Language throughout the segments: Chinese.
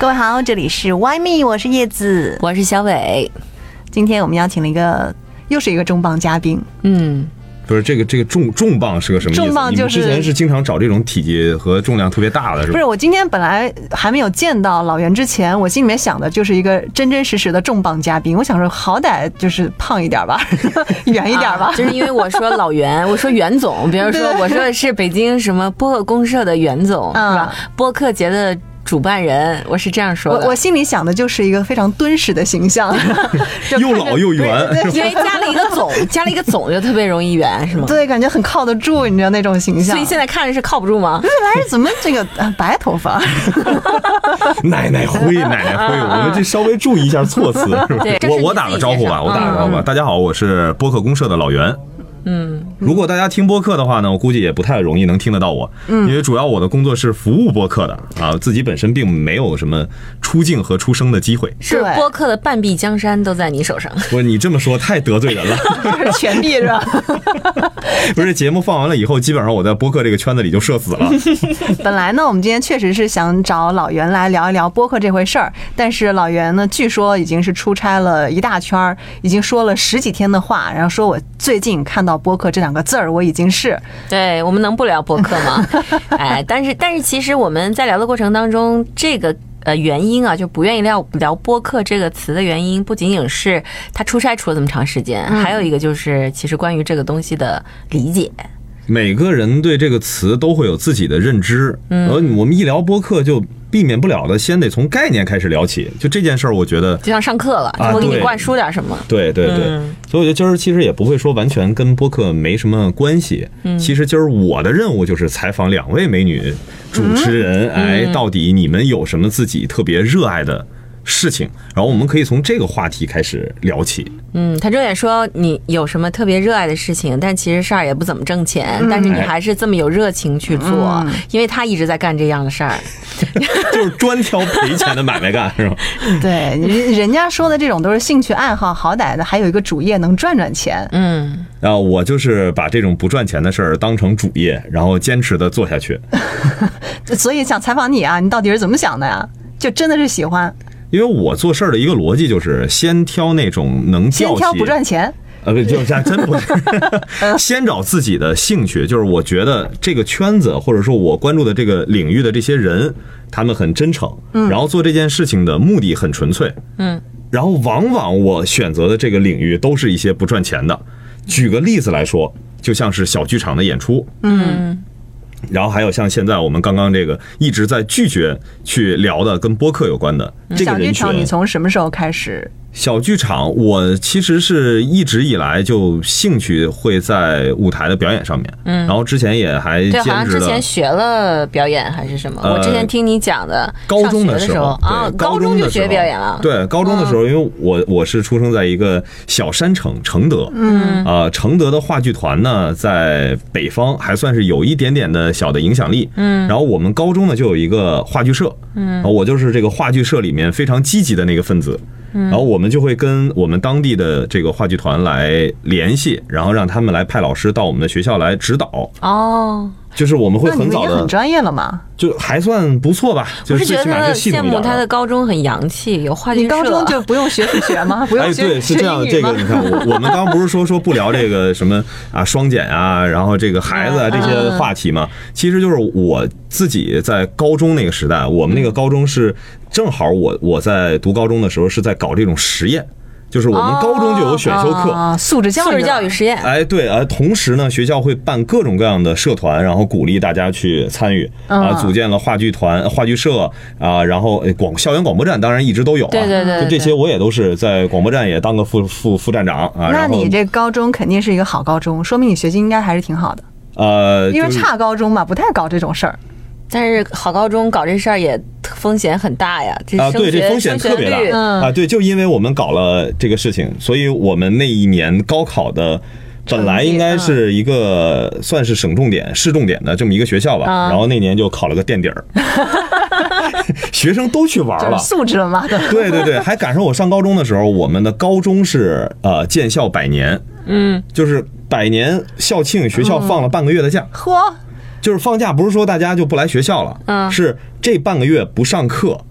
各位好，这里是 Why Me， 我是叶子， 我是小伟。 今天我们邀请了又是一个重磅嘉宾。 不是这个重磅是个什么意思？ 重磅就是你们之前是经常找这种体积和重量特别大的，是吧？ 不是，我今天本来还没有见到老袁之前，我心里面想的就是一个真真实实的重磅嘉宾。我想说，好歹就是胖一点吧，圆一点吧。 就是因为我说老袁，我说袁总，比如说我说的是北京什么播客公社的袁总，是吧？播客节的主办人，我是这样说的。 我心里想的就是一个非常敦实的形象， 又老又圆， 因为加了一个总，加了一个总就特别容易圆，是吗？ 对，感觉很靠得住，你知道那种形象。 所以现在看着是靠不住吗？ 原来怎么这个白头发？ 奶奶灰，我们这稍微注意一下措辞，是吧？我打个招呼吧，大家好，我是播客公社的老袁。如果大家听播客的话呢，我估计也不太容易能听得到我，因为主要我的工作是服务播客的啊，自己本身并没有什么出镜和出声的机会。 是播客的半壁江山都在你手上。 不是你这么说太得罪人了， 是全壁是吧？ 不是，节目放完了以后，基本上我在播客这个圈子里就社死了。 本来呢，我们今天确实是想找老袁来聊一聊播客这回事儿，但是老袁呢，据说已经是出差了一大圈，已经说了10几天的话，然后说我最近看到播客这2个字儿，我已经是对，我们能不聊播客吗？哎，但是其实我们在聊的过程当中，这个原因啊，就不愿意聊播客这个词的原因，不仅仅是他出差出了这么长时间，还有一个就是其实关于这个东西的理解。 每个人对这个词都会有自己的认知，而我们一聊播客就避免不了的，先得从概念开始聊起。就这件事儿，我觉得就像上课了，我给你灌输点什么。 对，所以我觉得今儿其实也不会说完全跟播客没什么关系。其实今儿我的任务就是采访2位美女主持人，到底你们有什么自己特别热爱的事情，然后我们可以从这个话题开始聊起。 他正也说你有什么特别热爱的事情，但其实事儿也不怎么挣钱，但是你还是这么有热情去做，因为他一直在干这样的事儿， 就是专挑赔钱的买卖干，是吧？ 对，人家说的这种都是兴趣爱好，好歹的还有一个主业能赚钱。 然后我就是把这种不赚钱的事儿当成主业，然后坚持的做下去。 所以想采访你啊，你到底是怎么想的呀？就真的是喜欢？ 因为我做事儿的一个逻辑就是先挑那种能叫起， 先挑不赚钱。 不，就真不是。先找自己的兴趣，就是我觉得这个圈子或者说我关注的这个领域的这些人，他们很真诚，然后做这件事情的目的很纯粹，然后往往我选择的这个领域都是一些不赚钱的。举个例子来说，就像是小剧场的演出，然后还有像现在我们刚刚这个一直在拒绝去聊的跟播客有关的这个人群。 小剧场你从什么时候开始？ 小剧场我其实是一直以来就兴趣会在舞台的表演上面，然后之前也还兼职了。 对，好像之前学了表演还是什么，我之前听你讲的。 高中的时候啊，高中就学表演了。 对，高中的时候，因为我是出生在一个小山城承德，承德的话剧团呢，在北方还算是有一点点的小的影响力，然后我们高中呢就有一个话剧社，我就是这个话剧社里面非常积极的那个分子。然后我们就会跟我们当地的这个话剧团来联系，然后让他们来派老师到我们的学校来指导。就是我们会很早的， 那你们也很专业了嘛， 就还算不错吧。就是最起码是系统一点。 羡慕他的高中很洋气，有话剧社。 你高中就不用学数学吗？不用学对，是这样。这个你看，我们刚刚不是说不聊这个什么啊双减啊，然后这个孩子啊这些话题嘛？其实就是我自己在高中那个时代，我们那个高中是正好我在读高中的时候是在搞这种实验。就是我们高中就有选修课， 素质教育实验。 对，同时呢，学校会办各种各样的社团，然后鼓励大家去参与组建了话剧团、话剧社然后校园广播站当然一直都有对， 就这些我也都是在广播站也当个副站长那你这高中肯定是一个好高中，说明你学习应该还是挺好的。因为差高中嘛，不太搞这种事儿。 但是好高中搞这事儿也风险很大呀， 对，这风险特别大对，就因为我们搞了这个事情，所以我们那一年高考的本来应该是一个算是省重点、市重点的这么一个学校吧，然后那年就考了个垫底儿，学生都去玩了， 素质了嘛？ 对，还赶上我上高中的时候，我们的高中是建校100年，就是100年校庆，学校放了半个月的假，就是放假不是说大家就不来学校了，是这半个月不上课，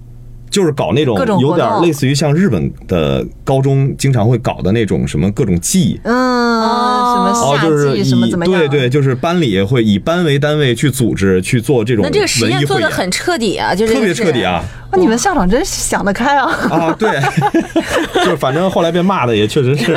就是搞那种有点类似于像日本的高中经常会搞的那种什么各种季， 什么夏季什么怎么样？ 对，就是班里会以班为单位去组织去做这种文艺汇演。 那这个实验做得很彻底啊，就是特别彻底啊！ 你们校长真是想得开啊！ 啊，对，就是反正后来被骂的也确实是。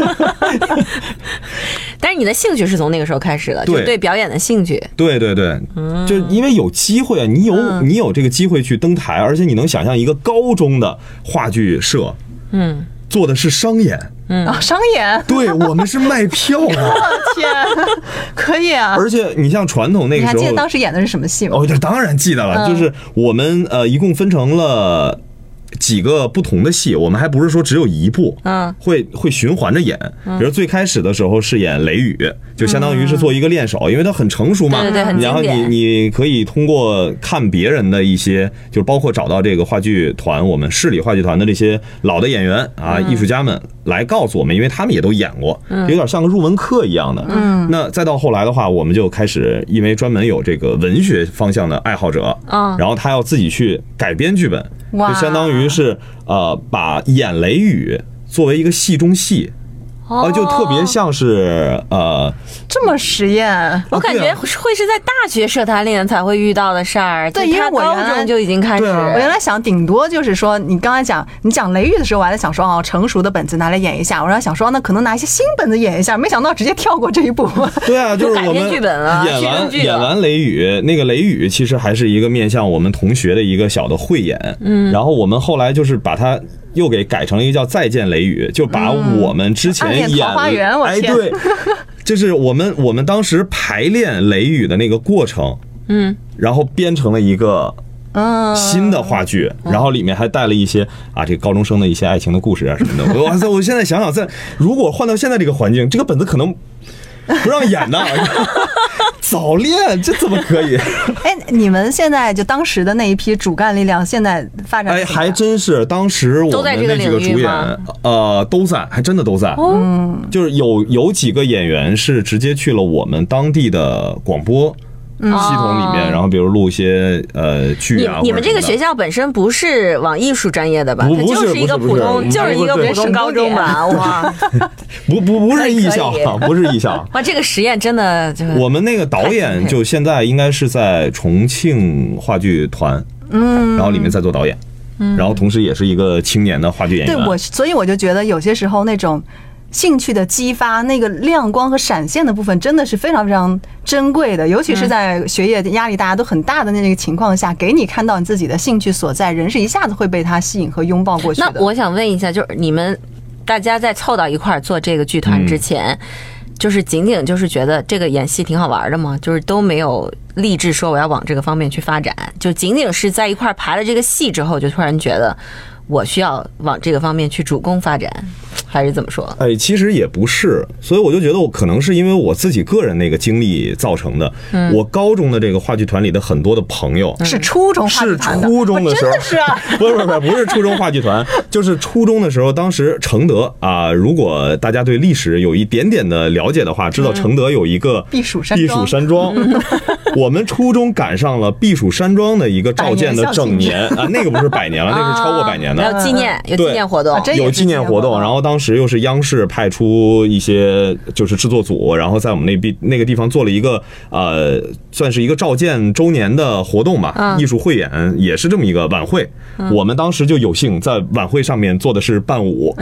但是你的兴趣是从那个时候开始的，就对表演的兴趣。 对，就因为有机会啊，你有这个机会去登台，而且你能想象一个高中的话剧社，做的是商演， 商演， 对我们是卖票的。 我天，可以啊！ 而且你像传统那个时候， 你还记得当时演的是什么戏吗？ 这当然记得了，就是我们一共分成了几个不同的戏，我们还不是说只有一部，会循环着演。比如最开始的时候是演雷雨，就相当于是做一个练手，因为它很成熟嘛， 对，很经典。 然后你可以通过看别人的一些，就是包括找到这个话剧团，我们市里话剧团的这些老的演员啊，艺术家们来告诉我们，因为他们也都演过，有点像个入门课一样的。那再到后来的话，我们就开始，因为专门有这个文学方向的爱好者，然后他要自己去改编剧本，就相当于是把演雷雨作为一个戏中戏。就特别像是这么实验， 我感觉会是在大学社团里才会遇到的事儿。 对，因为我高中就已经开始。 我原来想顶多就是说，你刚才讲雷雨的时候，我还在想说成熟的本子拿来演一下，我还想说那可能拿一些新本子演一下，没想到直接跳过这一步。 对啊，就是我们演完雷雨，那个雷雨其实还是一个面向我们同学的一个小的汇演，然后我们后来就是把它又给改成了一个叫再见雷雨，就把我们之前演桃花源，我天， 对，就是我们当时排练雷雨的那个过程，然后编成了一个新的话剧，然后里面还带了一些这个高中生的一些爱情的故事啊什么的。哇塞，我现在想想，如果换到现在这个环境，这个本子可能不让演的。早恋这怎么可以？ 你们现在就当时的那一批主干力量，现在发展还真是当时我们那几个主演都在，还真的都在。就是有几个演员是直接去了我们当地的广播系统里面，然后比如录一些剧啊。 你们这个学校本身不是往艺术专业的吧？它就是一个普通，就是一个普通高中吧？哇， 不是艺校，不是艺校。 哇，这个实验真的就我们那个导演就现在应该是在重庆话剧团，然后里面在做导演，然后同时也是一个青年的话剧演员。 对，所以我就觉得有些时候那种兴趣的激发，那个亮光和闪现的部分真的是非常非常珍贵的，尤其是在学业压力大家都很大的那个情况下，给你看到你自己的兴趣所在，人是一下子会被它吸引和拥抱过去的。 那我想问一下，就是你们大家在凑到一块儿做这个剧团之前，就是仅仅就是觉得这个演戏挺好玩的吗？就是都没有立志说我要往这个方面去发展，就仅仅是在一块儿排了这个戏之后，就突然觉得我需要往这个方面去主攻发展，还是怎么说？ 其实也不是，所以我就觉得我可能是因为我自己个人那个经历造成的。我高中的这个话剧团里的很多的朋友是初中话剧团的， 是初中的时候， 真的是啊， 不是初中话剧团，就是初中的时候，当时承德如果大家对历史有一点点的了解的话，知道承德有一个避暑山庄，我们初中赶上了避暑山庄的一个召见的整年那个不是100年了，那是超过100年的， 有纪念活动， 有纪念活动，然后当时又是央视派出一些就是制作组，然后在我们那个地方做了一个算是一个召见周年的活动吧，艺术汇演，也是这么一个晚会。我们当时就有幸在晚会上面做的是伴舞。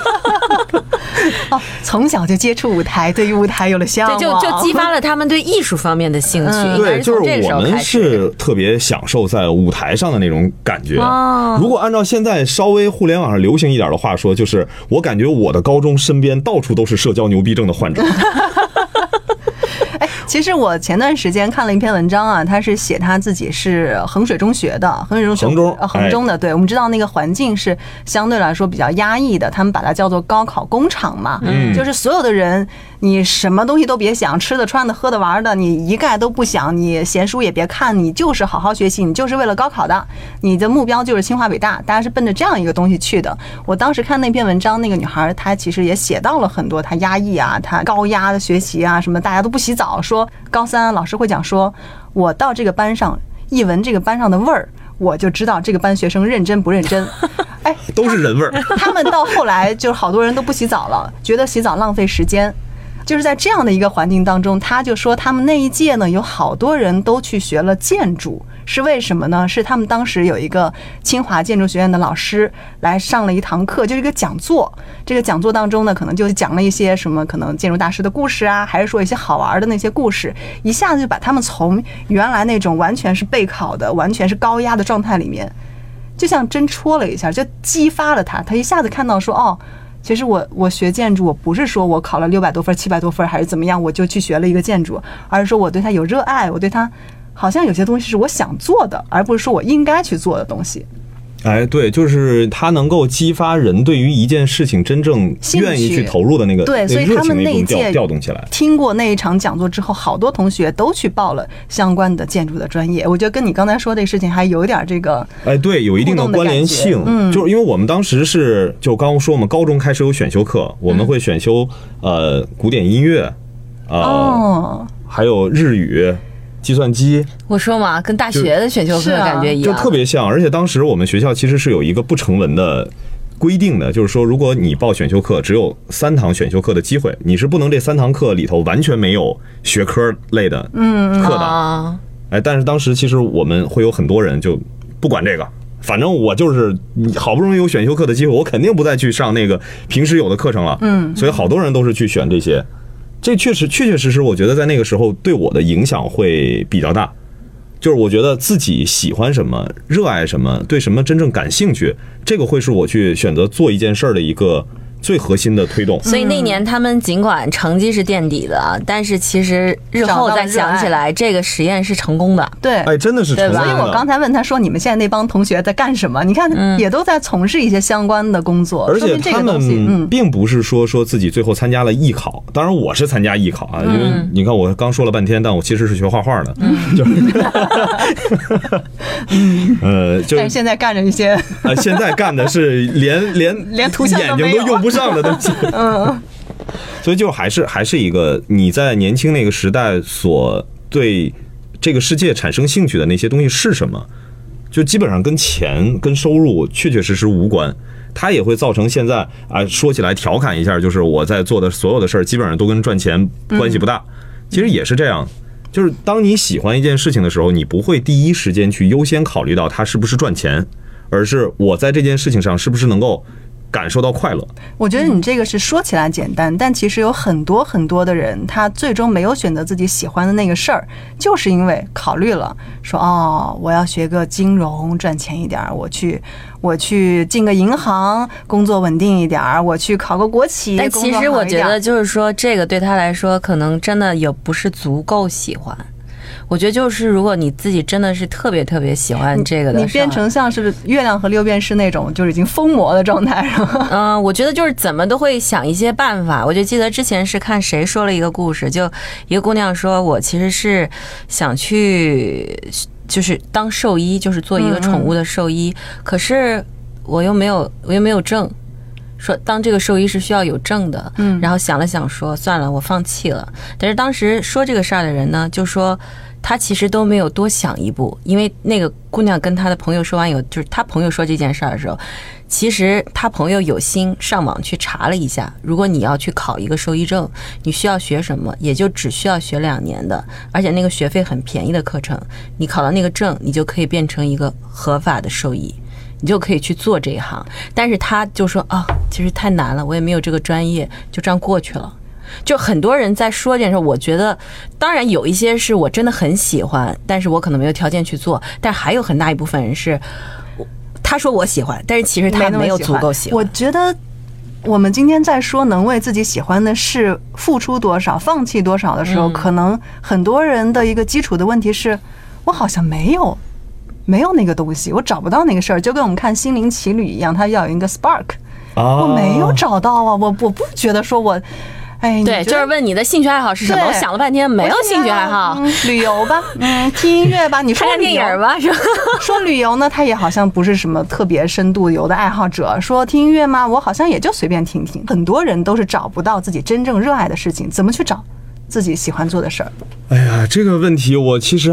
从小就接触舞台，对于舞台有了向往， 就激发了他们对艺术方面的兴趣。 对，就是我们是特别享受在舞台上的那种感觉。如果按照现在稍微互联网上流行一点的话说，就是我感觉我的高中身边到处都是社交牛逼症的患者。 其实我前段时间看了一篇文章他是写他自己是衡水中学的，衡中的。对，我们知道那个环境是相对来说比较压抑的，他们把它叫做高考工厂嘛，就是所有的人你什么东西都别想，吃的穿的喝的玩的你一概都不想，你闲书也别看，你就是好好学习，你就是为了高考的，你的目标就是清华北大，大家是奔着这样一个东西去的。我当时看那篇文章，那个女孩她其实也写到了很多她压抑她高压的学习什么，大家都不洗澡，说高3老师会讲说，我到这个班上一闻这个班上的味儿， 我就知道这个班学生认真不认真。哎， 都是人味儿。 他们到后来就好多人都不洗澡了，觉得洗澡浪费时间。就是在这样的一个环境当中，他就说他们那一届呢，有好多人都去学了建筑，是为什么呢？是他们当时有一个清华建筑学院的老师来上了一堂课，就是一个讲座。这个讲座当中呢，可能就讲了一些什么可能建筑大师的故事啊，还是说一些好玩的那些故事，一下子就把他们从原来那种完全是备考的、完全是高压的状态里面，就像针戳了一下，就激发了他。他一下子看到说，哦，其实我学建筑，我不是说我考了600多分、700多分还是怎么样，我就去学了一个建筑，而是说我对它有热爱，我对它好像有些东西是我想做的，而不是说我应该去做的东西。 哎，对，就是它能够激发人对于一件事情真正愿意去投入的那个对，所以他们那一届调动起来。 听过那一场讲座之后，好多同学都去报了相关的建筑的专业。我觉得跟你刚才说这个事情还有点这个， 哎，对，有一定的关联性。就是因为我们当时是就刚刚说我们高中开始有选修课，我们会选修古典音乐，还有日语。计算机， 我说嘛，跟大学的选修课感觉一样， 就特别像。而且当时我们学校其实是有一个不成文的规定的，就是说，如果你报选修课，只有3堂选修课的机会，你是不能这3堂课里头完全没有学科类的课的。哎，但是当时其实我们会有很多人就不管这个，反正我就是好不容易有选修课的机会，我肯定不再去上那个平时有的课程了。所以好多人都是去选这些。这确实，我觉得在那个时候对我的影响会比较大，就是我觉得自己喜欢什么、热爱什么、对什么真正感兴趣，这个会是我去选择做一件事儿的一个最核心的推动。 所以那年他们尽管成绩是垫底的，但是其实日后再想起来，这个实验是成功的。 对， 哎，真的是成功的。 所以我刚才问他说：“你们现在那帮同学在干什么？”你看，也都在从事一些相关的工作， 而且他们并不是说自己最后参加了艺考。当然，我是参加艺考啊，因为你看我刚说了半天，但我其实是学画画的， 但是现在干着一些， 现在干的是连图像眼睛都用不上的东西。所以就还是一个你在年轻那个时代所对这个世界产生兴趣的那些东西是什么，就基本上跟钱跟收入确实无关。它也会造成现在说起来调侃一下，就是我在做的所有的事儿基本上都跟赚钱关系不大。其实也是这样，就是当你喜欢一件事情的时候，你不会第一时间去优先考虑到它是不是赚钱，而是我在这件事情上是不是能够感受到快乐。 我觉得你这个是说起来简单，但其实有很多的人，他最终没有选择自己喜欢的那个事儿，就是因为考虑了说，我要学个金融赚钱一点，我去进个银行工作稳定一点，我去考个国企。 但其实我觉得就是说，这个对他来说可能真的也不是足够喜欢。我觉得就是如果你自己真的是特别喜欢这个的， 你变成像是月亮和六便士那种就是已经疯魔的状态了。 我觉得就是怎么都会想一些办法。我就记得之前是看谁说了一个故事，就一个姑娘说，我其实是想去就是当兽医，就是做一个宠物的兽医，可是我又没有证。说当这个兽医是需要有证的，然后想了想说算了，我放弃了。但是当时说这个事儿的人呢，就说他其实都没有多想一步，因为那个姑娘跟他的朋友说完就是他朋友说这件事儿的时候，其实他朋友有心上网去查了一下，如果你要去考一个兽医证，你需要学什么，也就只需要学2年的，而且那个学费很便宜的课程，你考到那个证，你就可以变成一个合法的兽医，你就可以去做这一行。但是他就说其实太难了，我也没有这个专业，就这样过去了。就很多人在说这件事，我觉得当然有一些是我真的很喜欢，但是我可能没有条件去做，但还有很大一部分人是他说我喜欢，但是其实他没有足够喜欢。 我觉得我们今天在说能为自己喜欢的事付出多少放弃多少的时候，可能很多人的一个基础的问题是，我好像没有那个东西，我找不到那个事儿，就跟我们看心灵奇旅一样，它要有一个 spark，我没有找到啊，我不觉得说我对，就是问你的兴趣爱好是什么？我想了半天，没有兴趣爱好。 旅游吧，听音乐吧，你说看电影吧，是吧？ 说旅游呢，他也好像不是什么特别深度游的爱好者。说听音乐吗？我好像也就随便听听。很多人都是找不到自己真正热爱的事情，怎么去找自己喜欢做的事儿？ 哎呀，这个问题我其实还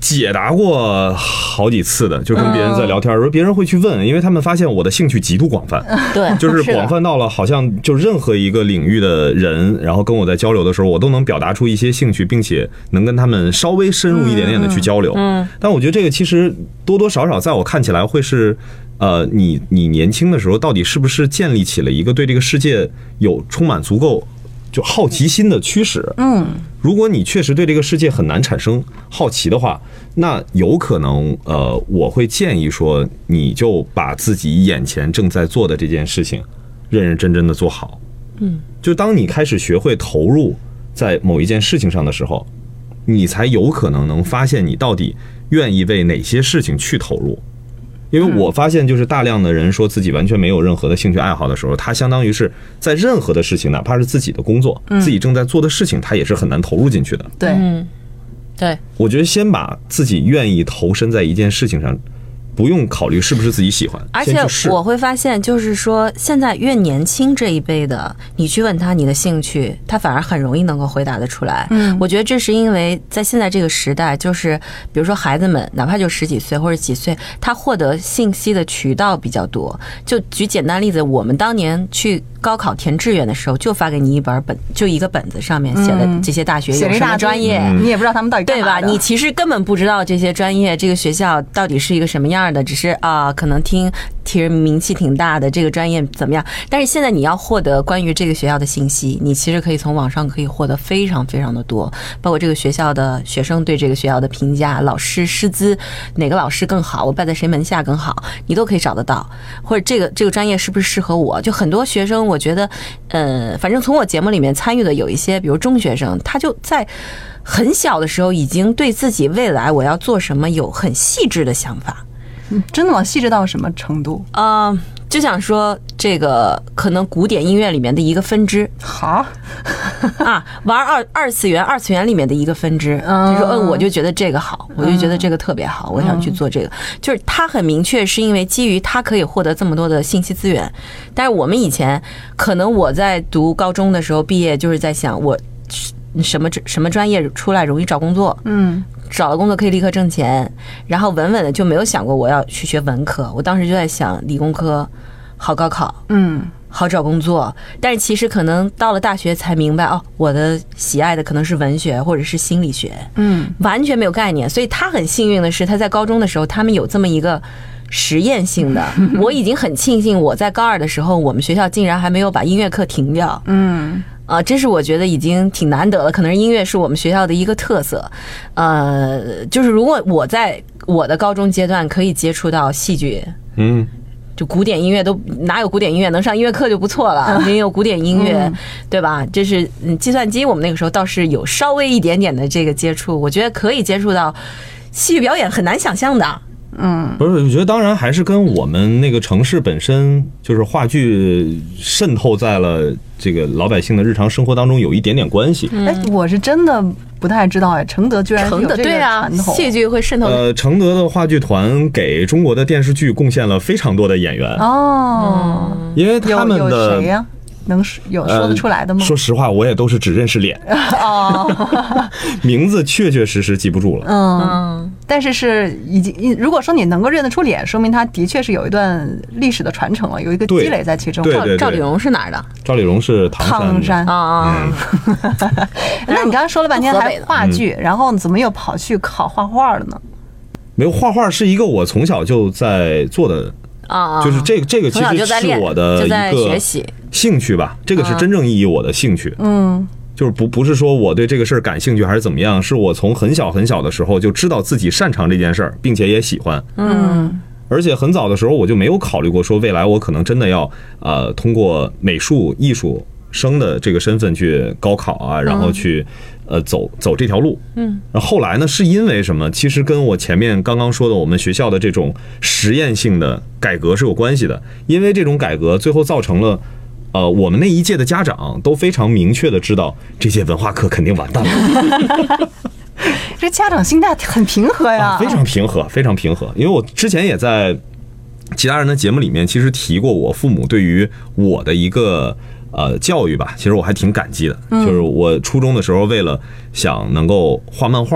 解答过好几次的，就跟别人在聊天的时候，别人会去问，因为他们发现我的兴趣极度广泛， 对， 就是广泛到了好像就任何一个领域的人，然后跟我在交流的时候，我都能表达出一些兴趣，并且能跟他们稍微深入一点点的去交流。但我觉得这个其实多多少少在我看起来会是，你年轻的时候到底是不是建立起了一个对这个世界有充满足够就好奇心的驱使？如果你确实对这个世界很难产生好奇的话，那有可能我会建议说，你就把自己眼前正在做的这件事情认认真真的做好。就当你开始学会投入在某一件事情上的时候，你才有可能能发现你到底愿意为哪些事情去投入。因为我发现，就是大量的人说自己完全没有任何的兴趣爱好的时候，他相当于是在任何的事情，哪怕是自己的工作，自己正在做的事情，他也是很难投入进去的。 对， 对， 我觉得先把自己愿意投身在一件事情上，不用考虑是不是自己喜欢， 而且我会发现，就是说，现在越年轻这一辈的，你去问他你的兴趣，他反而很容易能够回答得出来。我觉得这是因为在现在这个时代，就是比如说孩子们，哪怕就10几岁或者几岁，他获得信息的渠道比较多。就举简单例子，我们当年去高考填志愿的时候，就发给你一个本子，上面写了这些大学有什么专业， 你也不知道他们到底干嘛的， 对吧？你其实根本不知道这些专业，这个学校到底是一个什么样的，只是可能听人名气挺大的，这个专业怎么样？但是现在你要获得关于这个学校的信息，你其实可以从网上可以获得非常非常的多，包括这个学校的学生对这个学校的评价，老师师资哪个老师更好，我拜在谁门下更好，你都可以找得到。或者这个专业是不是适合我？就很多学生，我觉得，反正从我节目里面参与的有一些，比如中学生，他就在很小的时候已经对自己未来我要做什么有很细致的想法。 真的吗？细致到什么程度？ 就想说这个可能古典音乐里面的一个分支， 好玩二次元里面的一个分支，就说我就觉得这个好，我就觉得这个特别好，我想去做这个。就是他很明确，是因为基于他可以获得这么多的信息资源。但是我们以前可能我在读高中的时候毕业，就是在想我什么专业出来容易找工作，找了工作可以立刻挣钱，然后稳稳的就没有想过我要去学文科。我当时就在想理工科好高考，好找工作。但是其实可能到了大学才明白，我的喜爱的可能是文学或者是心理学，完全没有概念。所以他很幸运的是，他在高中的时候他们有这么一个实验性的。我已经很庆幸我在高2的时候，我们学校竟然还没有把音乐课停掉。这是我觉得已经挺难得了，可能是音乐是我们学校的一个特色。就是如果我在我的高中阶段可以接触到戏剧，就古典音乐都哪有古典音乐，能上音乐课就不错了。也有古典音乐，对吧？这是计算机，我们那个时候倒是有稍微一点点的这个接触，我觉得可以接触到戏剧表演，很难想象的。 不是，我觉得当然还是跟我们那个城市本身就是话剧渗透在了这个老百姓的日常生活当中有一点点关系。 我是真的不太知道承德居然有这个传统， 戏剧会渗透。 承德的话剧团给中国的电视剧贡献了非常多的演员因为他们的有谁呀？能有说得出来的吗？ 说实话，我也都是只认识脸，名字确实记不住了。 但是已经，如果说你能够认得出脸，说明他的确是有一段历史的传承了，有一个积累在其中。 对， 赵丽蓉是哪儿的？ 赵丽蓉是唐山那你刚刚说了半天还话剧，然后怎么又跑去考画画了呢？ 没有，画画是一个我从小就在做的。就是这个其实是我的一个兴趣吧，这个是真正意义我的兴趣。就是不是说我对这个事儿感兴趣还是怎么样，是我从很小的时候就知道自己擅长这件事儿，并且也喜欢。而且很早的时候我就没有考虑过说未来我可能真的要通过美术艺术生的这个身份去高考啊，然后去走这条路。然后后来呢，是因为什么？其实跟我前面刚刚说的我们学校的这种实验性的改革是有关系的。因为这种改革最后造成了我们那一届的家长都非常明确的知道这届文化课肯定完蛋了。 这家长心态很平和呀， 非常平和，非常平和。因为我之前也在其他人的节目里面其实提过我父母对于我的一个教育吧，其实我还挺感激的。就是我初中的时候为了想能够画漫画，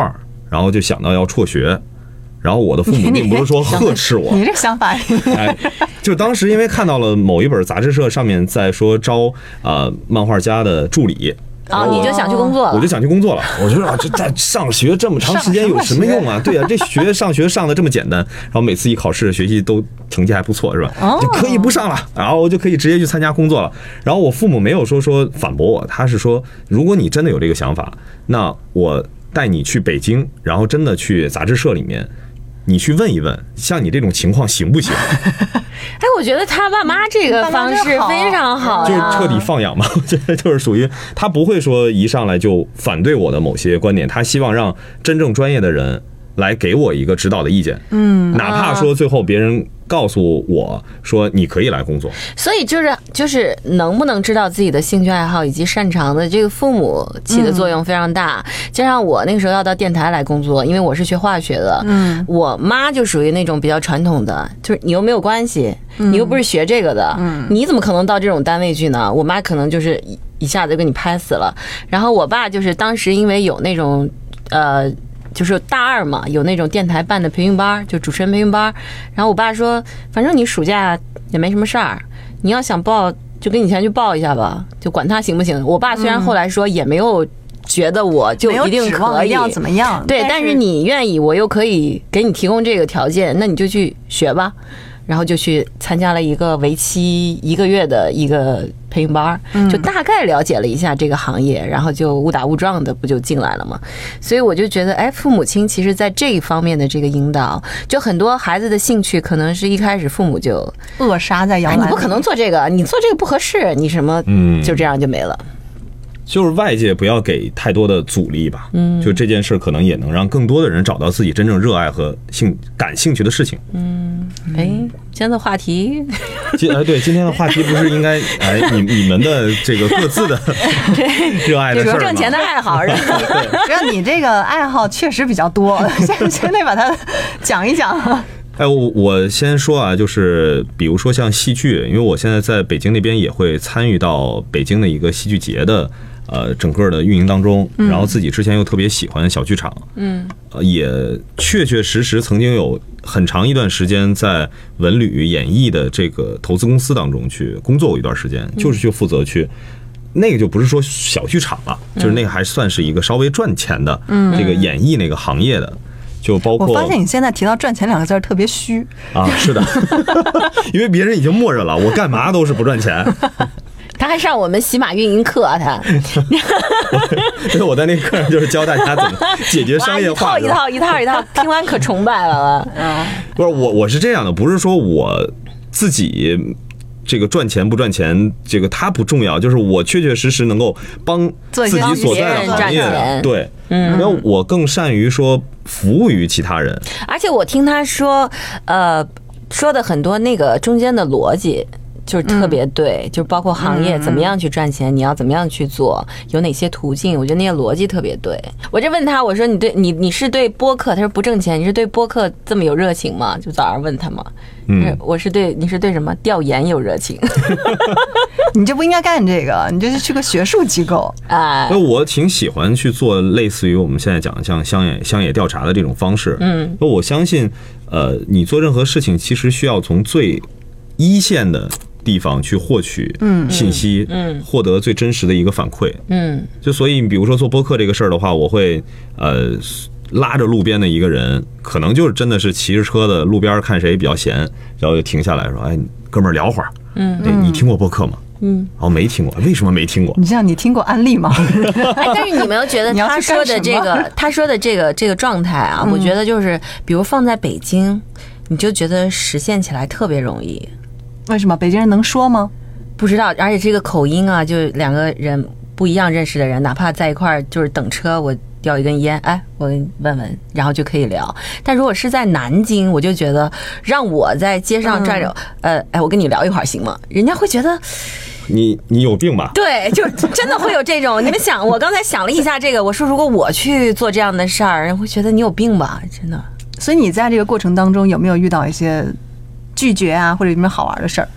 然后就想到要辍学。然后我的父母并不是说呵斥我， 你这想法， 哎，就当时因为看到了某一本杂志社上面在说招漫画家的助理。 你就想去工作了？ 我就想去工作了。我觉得这在上学这么长时间有什么用啊？对啊，这上学上的这么简单，然后每次一考试学习都成绩还不错，是吧？就可以不上了，然后我就可以直接去参加工作了。然后我父母没有说反驳我，他是说，如果你真的有这个想法，那我带你去北京，然后真的去杂志社里面。你去问一问，像你这种情况行不行？ 哎，我觉得他爸妈这个方式非常好， 就是彻底放养嘛。我觉得就是属于他不会说一上来就反对我的某些观点，他希望让真正专业的人来给我一个指导的意见。哪怕说最后别人告诉我说你可以来工作， 所以就是能不能知道自己的兴趣爱好以及擅长的，这个父母起的作用非常大。加上我那个时候要到电台来工作，因为我是学化学的，我妈就属于那种比较传统的，就是你又没有关系，你又不是学这个的，你怎么可能到这种单位去呢？我妈可能就是一下子就给你拍死了。然后我爸就是当时因为有那种就是大二嘛，有那种电台办的培训班，就主持人培训班。然后我爸说，反正你暑假也没什么事儿，你要想报就给你钱去报一下吧，就管他行不行。我爸虽然后来说也没有觉得我就一定可以怎么样， 对，但是你愿意，我又可以给你提供这个条件，那你就去学吧。然后就去参加了一个为期1个月的一个培训班，就大概了解了一下这个行业，然后就误打误撞的不就进来了吗？所以我就觉得，哎，父母亲其实在这一方面的这个引导，就很多孩子的兴趣可能是一开始父母就扼杀在摇篮， 你不可能做这个，你做这个不合适，你什么，就这样就没了。 就是外界不要给太多的阻力吧，就这件事可能也能让更多的人找到自己真正热爱和感兴趣的事情。 今天的话题， 对，今天的话题不是应该你们的这个各自的热爱的事儿吗？ 挣钱的爱好是吧？ 只要你这个爱好确实比较多，先得把它讲一讲。 哎，我先说啊，就是比如说像戏剧，因为我现在在北京那边也会参与到北京的一个戏剧节的整个的运营当中，然后自己之前又特别喜欢小剧场，也确实曾经有很长一段时间在文旅演艺的这个投资公司当中去工作过一段时间，就是去负责去。那个就不是说小剧场了，就是那个还算是一个稍微赚钱的这个演艺那个行业的。就包括我发现你现在提到赚钱2个字特别虚啊，是的，因为别人已经默认了，我干嘛都是不赚钱。 他还上我们喜马运营课啊，他。 所以我在那课上就是教大家怎么解决商业化， 一套，听完可崇拜了。 不是我是这样的，不是说我自己这个赚钱不赚钱，这个它不重要，就是我确实能够帮自己所在的行业，对，因为我更善于说服务于其他人。 而且我听他说，说的很多那个中间的逻辑。就是特别对，就是包括行业怎么样去赚钱，你要怎么样去做，有哪些途径，我觉得那些逻辑特别对。我就问他，我说你是对播客，他说不挣钱，你是对播客这么有热情吗？就早上问他嘛，你是对什么调研有热情？ 你就不应该干这个，你就是去个学术机构啊。 我挺喜欢去做类似于我们现在讲的像乡野调查的这种方式。我相信，你做任何事情其实需要从最一线的地方去获取信息，获得最真实的一个反馈。就所以比如说做播客这个事儿的话，我会拉着路边的一个人，可能就是真的是骑着车的路边看谁比较闲，然后就停下来说：“哎，哥们儿聊会儿。”你听过播客吗？然后没听过，为什么没听过？ 你听过安利吗？ 哎，但是你没有觉得他说的这个状态啊？我觉得就是，比如放在北京，你就觉得实现起来特别容易。 为什么北京人能说吗？ 不知道，而且这个口音啊，就2个人不一样认识的人，哪怕在一块儿就是等车，我叼一根烟，哎，我问问，然后就可以聊。但如果是在南京，我就觉得让我在街上站着，我跟你聊一会儿行吗？人家会觉得你有病吧？ 对，就真的会有这种。你们想，我刚才想了一下这个，我说如果我去做这样的事儿，人会觉得你有病吧？真的。 所以你在这个过程当中有没有遇到一些拒绝啊，或者有没有好玩的事儿？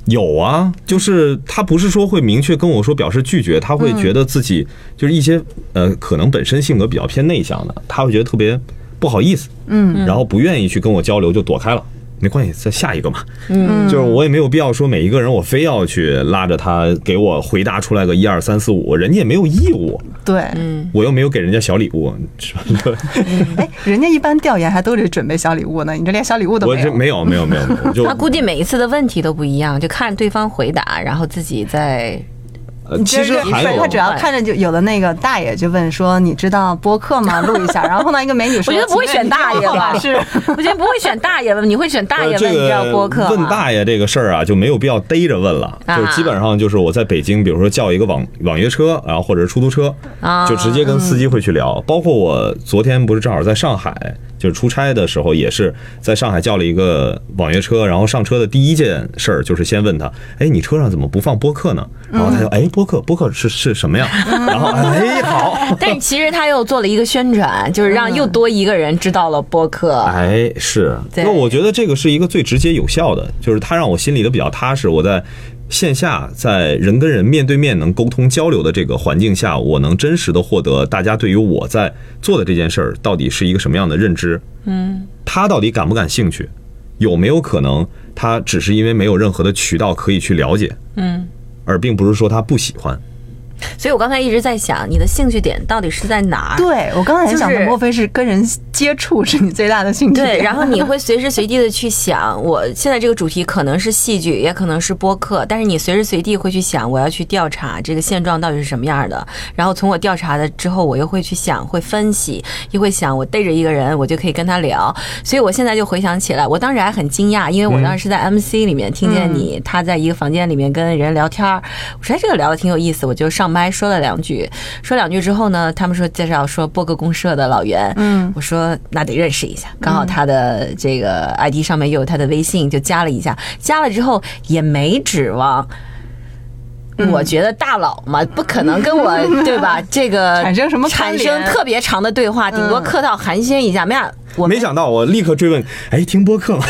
有啊，就是他不是说会明确跟我说表示拒绝，他会觉得自己就是一些可能本身性格比较偏内向的，他会觉得特别不好意思，然后不愿意去跟我交流就躲开了。没关系，再下一个嘛。就是我也没有必要说每一个人我非要去拉着他给我回答出来个1、2、3、4、5，人家也没有义务。 对， 我又没有给人家小礼物，是吧？ 哎，人家一般调研还都得准备小礼物呢，你这连小礼物都没有。 我这没有，就他估计每一次的问题都不一样，就看对方回答，然后自己再。 其实还有他主要看着就有的那个大爷就问说你知道播客吗？录一下，然后碰到一个美女说， 我觉得不会选大爷吧？ 是， 我觉得不会选大爷吧？你会选大爷问你知道播客吗？ 问大爷这个事儿啊，就没有必要逮着问了，就基本上就是我在北京，比如说叫一个网约车，然后或者是出租车，就直接跟司机会去聊。包括我昨天不是正好在上海，就是出差的时候，也是在上海叫了一个网约车，然后上车的第一件事儿就是先问他，哎，你车上怎么不放播客呢？然后他就哎，播客是什么呀？然后哎好， 但是其实他又做了一个宣传，就是让又多一个人知道了播客。 哎，是，那我觉得这个是一个最直接有效的，就是他让我心里的比较踏实，我在线下在人跟人面对面能沟通交流的这个环境下，我能真实的获得大家对于我在做的这件事儿到底是一个什么样的认知，他到底感不感兴趣，有没有可能他只是因为没有任何的渠道可以去了解，而并不是说他不喜欢。 所以我刚才一直在想，你的兴趣点到底是在哪儿？ 对，我刚才也想说，莫非是跟人接触是你最大的兴趣点？ 对，然后你会随时随地的去想，我现在这个主题可能是戏剧，也可能是播客，但是你随时随地会去想，我要去调查这个现状到底是什么样的。然后从我调查的之后，我又会去想，会分析，又会想，我逮着一个人，我就可以跟他聊。所以我现在就回想起来，我当时还很惊讶，因为我当时是在 MC 里面听见他在一个房间里面跟人聊天，我说这个聊得挺有意思，我就上麦说了两句之后呢，他们说介绍说播客公社的老袁，我说那得认识一下，刚好他的这个 ID 上面又有他的微信，就加了一下，加了之后也没指望。我觉得大佬嘛，不可能跟我对吧？这个产生特别长的对话，顶多客套寒暄一下。 没想到我立刻追问，哎，听播客吗？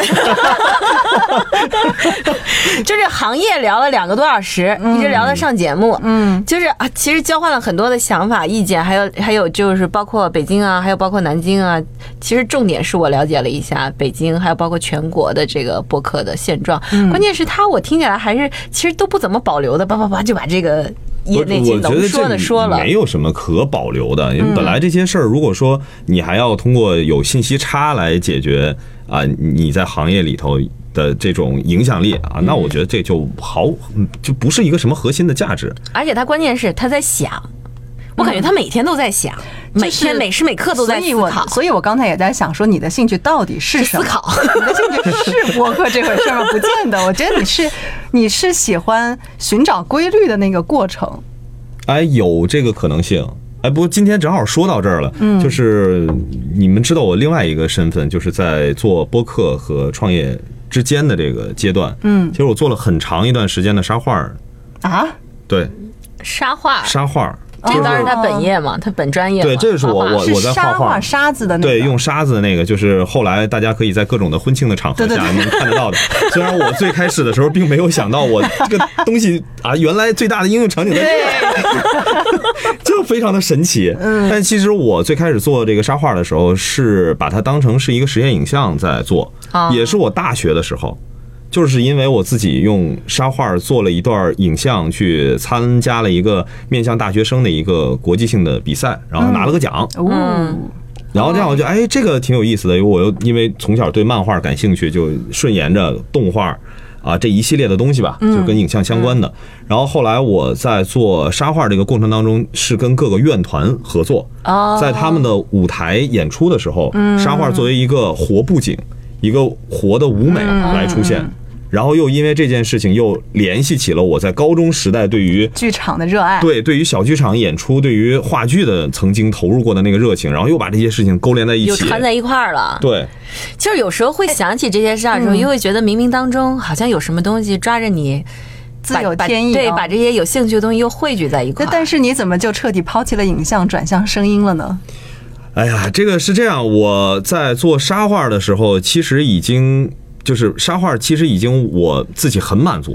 就是行业聊了2个多小时，一直聊到上节目。就是啊，其实交换了很多的想法、意见，还有就是包括北京啊，还有包括南京啊。其实重点是我了解了一下北京，还有包括全国的这个播客的现状。关键是我听起来还是其实都不怎么保留的，叭就把这个业内浓缩的说了， 没有什么可保留的。因为本来这些事儿，如果说你还要通过有信息差来解决啊，你在行业里头的这种影响力啊，那我觉得这就不是一个什么核心的价值。 而且他关键是他在想，我感觉他每天都在想，每天每时每刻都在思考。 所以我刚才也在想说，你的兴趣到底是什么？ 思考， 你的兴趣是播客这回事吗？不见得，我觉得你是喜欢寻找规律的那个过程。 哎，有这个可能性。哎，不过今天正好说到这儿了，就是你们知道我另外一个身份，就是在做播客和创业之间的这个阶段，其实我做了很长一段时间的沙画啊， 对， 沙画，这当然是他本业嘛，他本专业。 对，这是我在画画沙子的那个， 对，用沙子的那个，就是后来大家可以在各种的婚庆的场合下能看得到的。虽然我最开始的时候并没有想到我这个东西啊，原来最大的应用场景在这，就非常的神奇。但其实我最开始做这个沙画的时候，是把它当成是一个实验影像在做，也是我大学的时候。就是因为我自己用沙画做了一段影像，去参加了一个面向大学生的一个国际性的比赛，然后拿了个奖。然后这样我就这个挺有意思的，因为从小对漫画感兴趣，就顺沿着动画啊这一系列的东西吧，就跟影像相关的。然后后来我在做沙画这个过程当中，是跟各个院团合作，在他们的舞台演出的时候，沙画作为一个活布景，一个活的舞美来出现。然后又因为这件事情又联系起了我在高中时代对于剧场的热爱， 对于小剧场演出，对于话剧的曾经投入过的那个热情，然后又把这些事情勾连在一起， 又串在一块儿了。 对， 就是有时候会想起这些事儿的时候，又会觉得冥冥当中好像有什么东西抓着你， 自有天意， 对，把这些有兴趣的东西又汇聚在一块儿。 但是你怎么就彻底抛弃了影像，转向声音了呢？ 哎呀，这个是这样，我在做沙画的时候，其实已经就是沙画，其实已经我自己很满足了。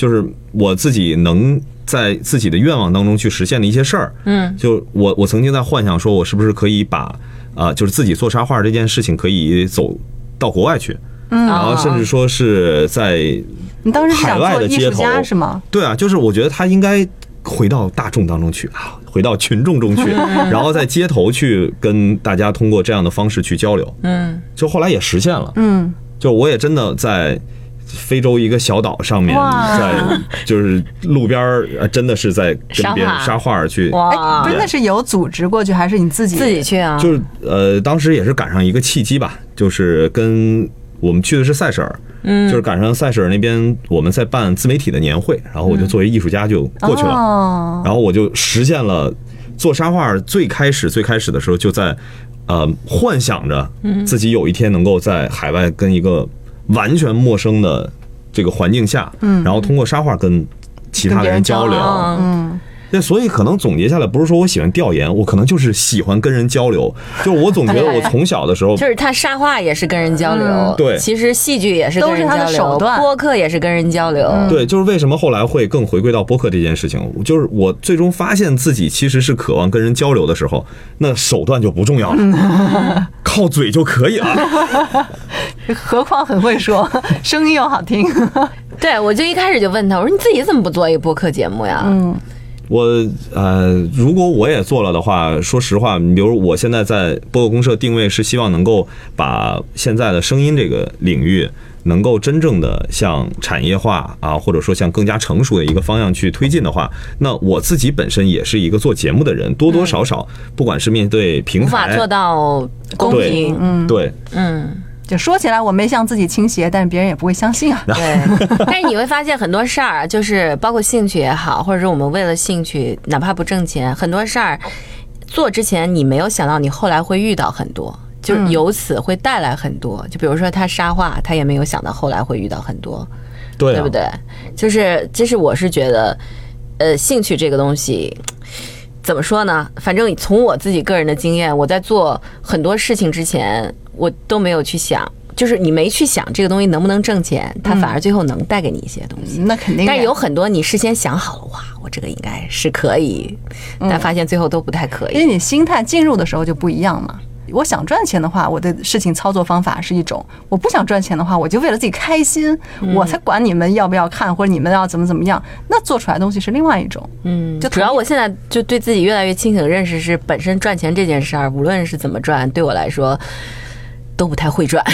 就是我自己能在自己的愿望当中去实现的一些事儿。就我曾经在幻想说，我是不是可以把就是自己做插画这件事情可以走到国外去，然后甚至说是在你当时是海想做艺术外的街头家是吗？ 对啊，就是我觉得他应该回到大众当中去啊，回到群众中去，然后在街头去跟大家通过这样的方式去交流。就后来也实现了。就我也真的在非洲一个小岛上面，在就是路边真的是在跟别人沙画去。 哇， 真的是有组织过去，还是你自己去啊？ 就是当时也是赶上一个契机吧，就是跟我们去的是塞舌尔，就是赶上塞舌尔那边我们在办自媒体的年会，然后我就作为艺术家就过去了，然后我就实现了做沙画最开始的时候就在幻想着自己有一天能够在海外跟一个完全陌生的这个环境下，然后通过沙画跟其他人交流。对，所以可能总结下来，不是说我喜欢调研，我可能就是喜欢跟人交流。就我总觉得我从小的时候， 就是他沙画也是跟人交流， 对， 其实戏剧也是跟人交流，播客也是跟人交流。 对，就是为什么后来会更回归到播客这件事情，就是我最终发现自己其实是渴望跟人交流的时候，那手段就不重要了，靠嘴就可以了。 何况很会说，声音又好听。 对，我就一开始就问他，我说你自己怎么不做一个播客节目呀？ 我如果我也做了的话，说实话，比如我现在在播客公社定位是希望能够把现在的声音这个领域能够真正的向产业化啊，或者说向更加成熟的一个方向去推进的话，那我自己本身也是一个做节目的人，多多少少不管是面对平台， 无法做到公平， 对， 就说起来我没向自己倾斜，但是别人也不会相信啊。 对，但是你会发现很多事儿，就是包括兴趣也好，或者是我们为了兴趣，哪怕不挣钱，很多事儿做之前你没有想到，你后来会遇到很多，就是由此会带来很多。就比如说他沙画，他也没有想到后来会遇到很多，对不对？就是我是觉得，兴趣这个东西。怎么说呢？反正从我自己个人的经验，我在做很多事情之前，我都没有去想，就是你没去想这个东西能不能挣钱，它反而最后能带给你一些东西。 那肯定。 但是有很多你事先想好了，哇，我这个应该是可以，但发现最后都不太可以。 因为你心态进入的时候就不一样嘛。我想赚钱的话，我的事情操作方法是一种；我不想赚钱的话，我就为了自己开心，我才管你们要不要看，或者你们要怎么样。那做出来的东西是另外一种。 就主要我现在就对自己越来越清醒的认识是，本身赚钱这件事儿，无论是怎么赚，对我来说都不太会赚。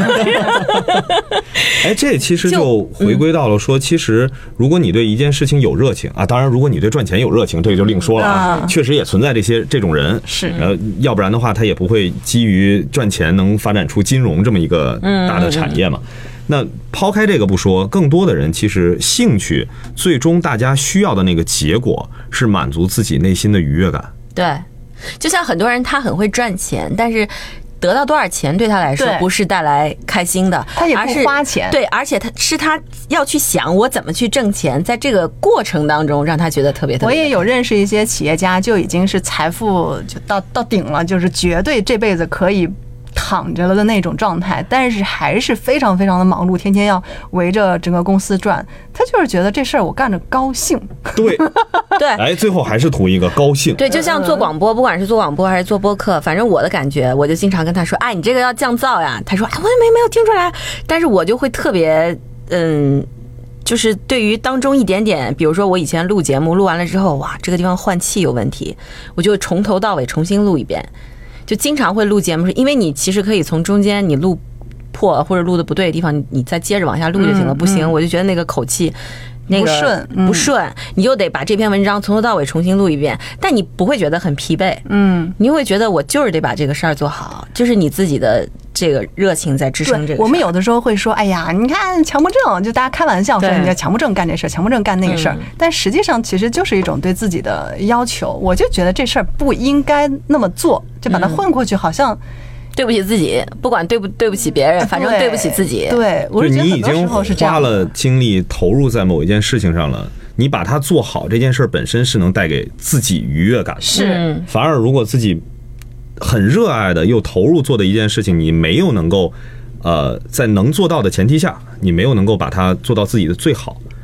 这其实就回归到了说，其实如果你对一件事情有热情啊，当然如果你对赚钱有热情，这个就另说了啊。确实也存在这种人， 是要不然的话，他也不会基于赚钱能发展出金融这么一个大的产业嘛。那抛开这个不说，更多的人其实兴趣最终大家需要的那个结果是满足自己内心的愉悦感。 对，就像很多人他很会赚钱，但是得到多少钱对他来说不是带来开心的， 他也不花钱。对， 而且他要去想我怎么去挣钱，在这个过程当中让他觉得特别。 我也有认识一些企业家，就已经是财富就到顶了，就是绝对这辈子可以躺着了的那种状态，但是还是非常非常的忙碌，天天要围着整个公司转。他就是觉得这事儿我干着高兴。 对对， 最后还是图一个高兴。 对，就像做广播，不管是做广播还是做播客，反正我的感觉，我就经常跟他说，你这个要降噪呀。他说，我也没有听出来，但是我就会特别就是对于当中一点点，比如说我以前录节目录完了之后，哇，这个地方换气有问题，我就从头到尾重新录一遍。就经常会录节目，因为你其实可以从中间你录破或者录的不对的地方，你再接着往下录就行了。不行，我就觉得那个口气那个不顺，你就得把这篇文章从头到尾重新录一遍。但你不会觉得很疲惫，你会觉得我就是得把这个事儿做好，就是你自己的这个热情在支撑这个事儿。 我们有的时候会说，哎呀，你看强迫症，就大家开玩笑说你要强迫症干这事儿，强迫症干那个事儿，但实际上其实就是一种对自己的要求。我就觉得这事儿不应该那么做，就把它混过去，好像对不起自己，不管对不起别人，反正对不起自己。 对，我就你已经花了精力投入在某一件事情上了，你把它做好，这件事本身是能带给自己愉悦感。 是， 反而如果自己很热爱的又投入做的一件事情，你没有能够在能做到的前提下，你没有能够把它做到自己的最好，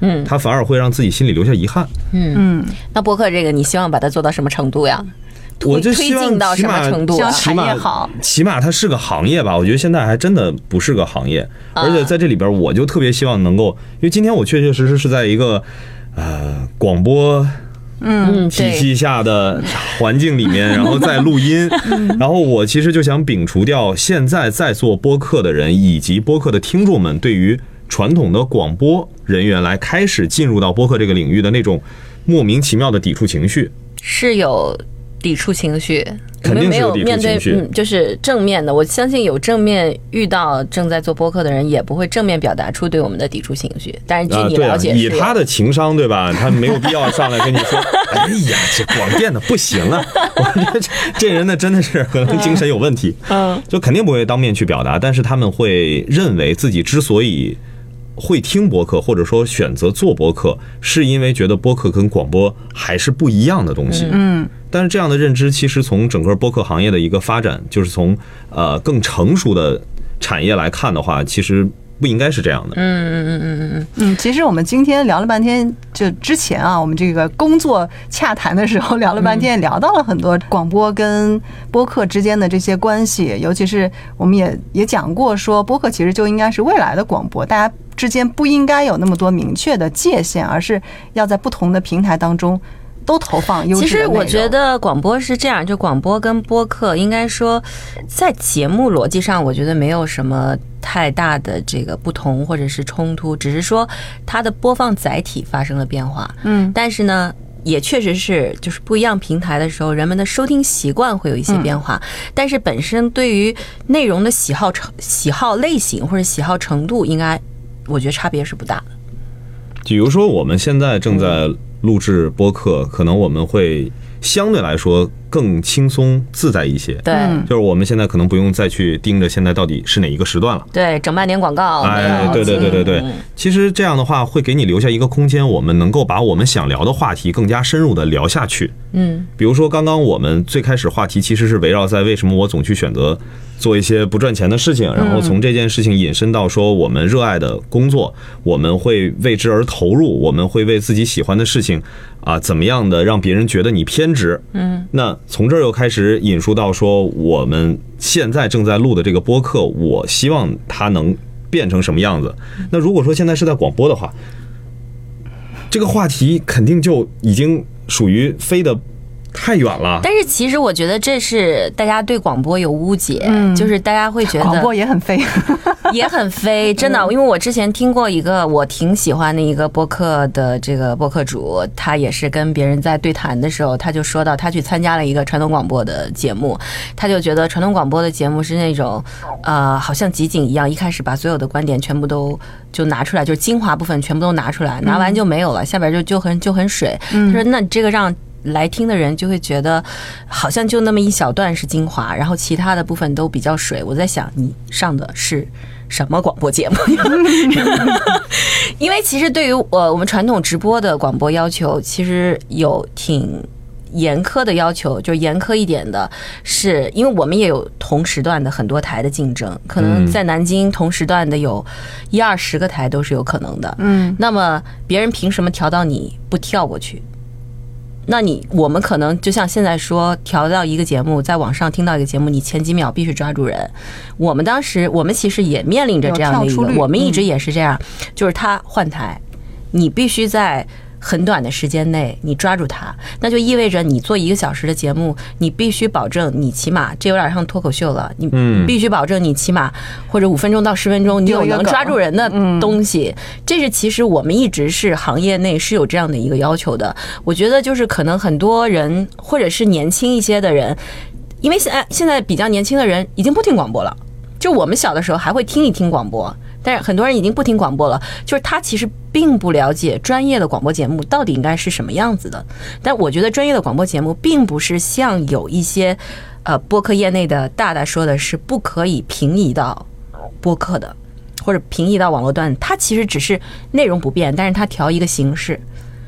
它反而会让自己心里留下遗憾。 那播客这个你希望把它做到什么程度呀？ 我就推希望进到什么程度啊？ 产业好， 起码它是个行业吧。我觉得现在还真的不是个行业，而且在这里边，我就特别希望能够，因为今天我确确实实是在一个广播体系下的环境里面，然后在录音，然后我其实就想摒除掉现在在做播客的人以及播客的听众们对于传统的广播人员来开始进入到播客这个领域的那种莫名其妙的抵触情绪。 是有抵触情绪， 肯定是有抵触情绪， 面对就是正面的。我相信有正面遇到正在做播客的人，也不会正面表达出对我们的抵触情绪。但是据你了解， 以他的情商，对吧？他没有必要上来跟你说：“哎呀，这广电的不行啊！”我觉得这人呢，真的是可能精神有问题。就肯定不会当面去表达，但是他们会认为自己之所以会听播客，或者说选择做播客，是因为觉得播客跟广播还是不一样的东西。但是这样的认知，其实从整个播客行业的一个发展，就是从更成熟的产业来看的话，其实不应该是这样的。 其实我们今天聊了半天，就之前啊，我们这个工作洽谈的时候聊了半天，聊到了很多广播跟播客之间的这些关系，尤其是我们也讲过说，播客其实就应该是未来的广播，大家之间不应该有那么多明确的界限，而是要在不同的平台当中都投放优质的内容。 其实我觉得广播是这样，就广播跟播客应该说在节目逻辑上，我觉得没有什么太大的这个不同或者是冲突，只是说它的播放载体发生了变化。但是呢，也确实是就是不一样平台的时候，人们的收听习惯会有一些变化。但是本身对于内容的喜好类型或者喜好程度，应该我觉得差别是不大的。 比如说我们现在正在录制播客，可能我们会相对来说更轻松自在一些。 对， 就是我们现在可能不用再去盯着现在到底是哪一个时段了。 对，整半年广告。 对。其实这样的话会给你留下一个空间，我们能够把我们想聊的话题更加深入的聊下去。比如说刚刚我们最开始话题其实是围绕在为什么我总去选择做一些不赚钱的事情，然后从这件事情引申到说我们热爱的工作，我们会为之而投入，我们会为自己喜欢的事情怎么样的让别人觉得你偏执。那从这儿又开始引述到说我们现在正在录的这个播客，我希望它能变成什么样子。那如果说现在是在广播的话，这个话题肯定就已经属于飞得太远了。 但是其实我觉得这是大家对广播有误解，就是大家会觉得广播也很飞也很飞，真的。因为我之前听过一个我挺喜欢的一个播客的这个播客主，他也是跟别人在对谈的时候，他就说到他去参加了一个传统广播的节目，他就觉得传统广播的节目是那种好像集锦一样，一开始把所有的观点全部都就拿出来，就是精华部分全部都拿出来，拿完就没有了，下边就很水。他说那这个让来听的人就会觉得好像就那么一小段是精华，然后其他的部分都比较水。我在想你上的是什么广播节目因为其实对于我们传统直播的广播要求其实有挺严苛的要求，就是严苛一点的是因为我们也有同时段的很多台的竞争，可能在南京同时段的有10-20个台都是有可能的。那么别人凭什么调到你不跳过去？那我们可能就像现在说调到一个节目，在网上听到一个节目，你前几秒必须抓住人。我们其实也面临着这样的一个，我们一直也是这样，就是他换台，你必须在很短的时间内你抓住它，那就意味着你做1个小时的节目，你必须保证你起码，这有点像脱口秀了，你必须保证你起码或者5分钟到10分钟你有能抓住人的东西。这是其实我们一直是行业内是有这样的一个要求的。我觉得就是可能很多人或者是年轻一些的人，因为现在比较年轻的人已经不听广播了，就我们小的时候还会听一听广播，但是很多人已经不听广播了，就是他其实并不了解专业的广播节目到底应该是什么样子的。但我觉得专业的广播节目并不是像有一些播客业内的大大说的是不可以平移到播客的，或者平移到网络端，它其实只是内容不变，但是它调一个形式。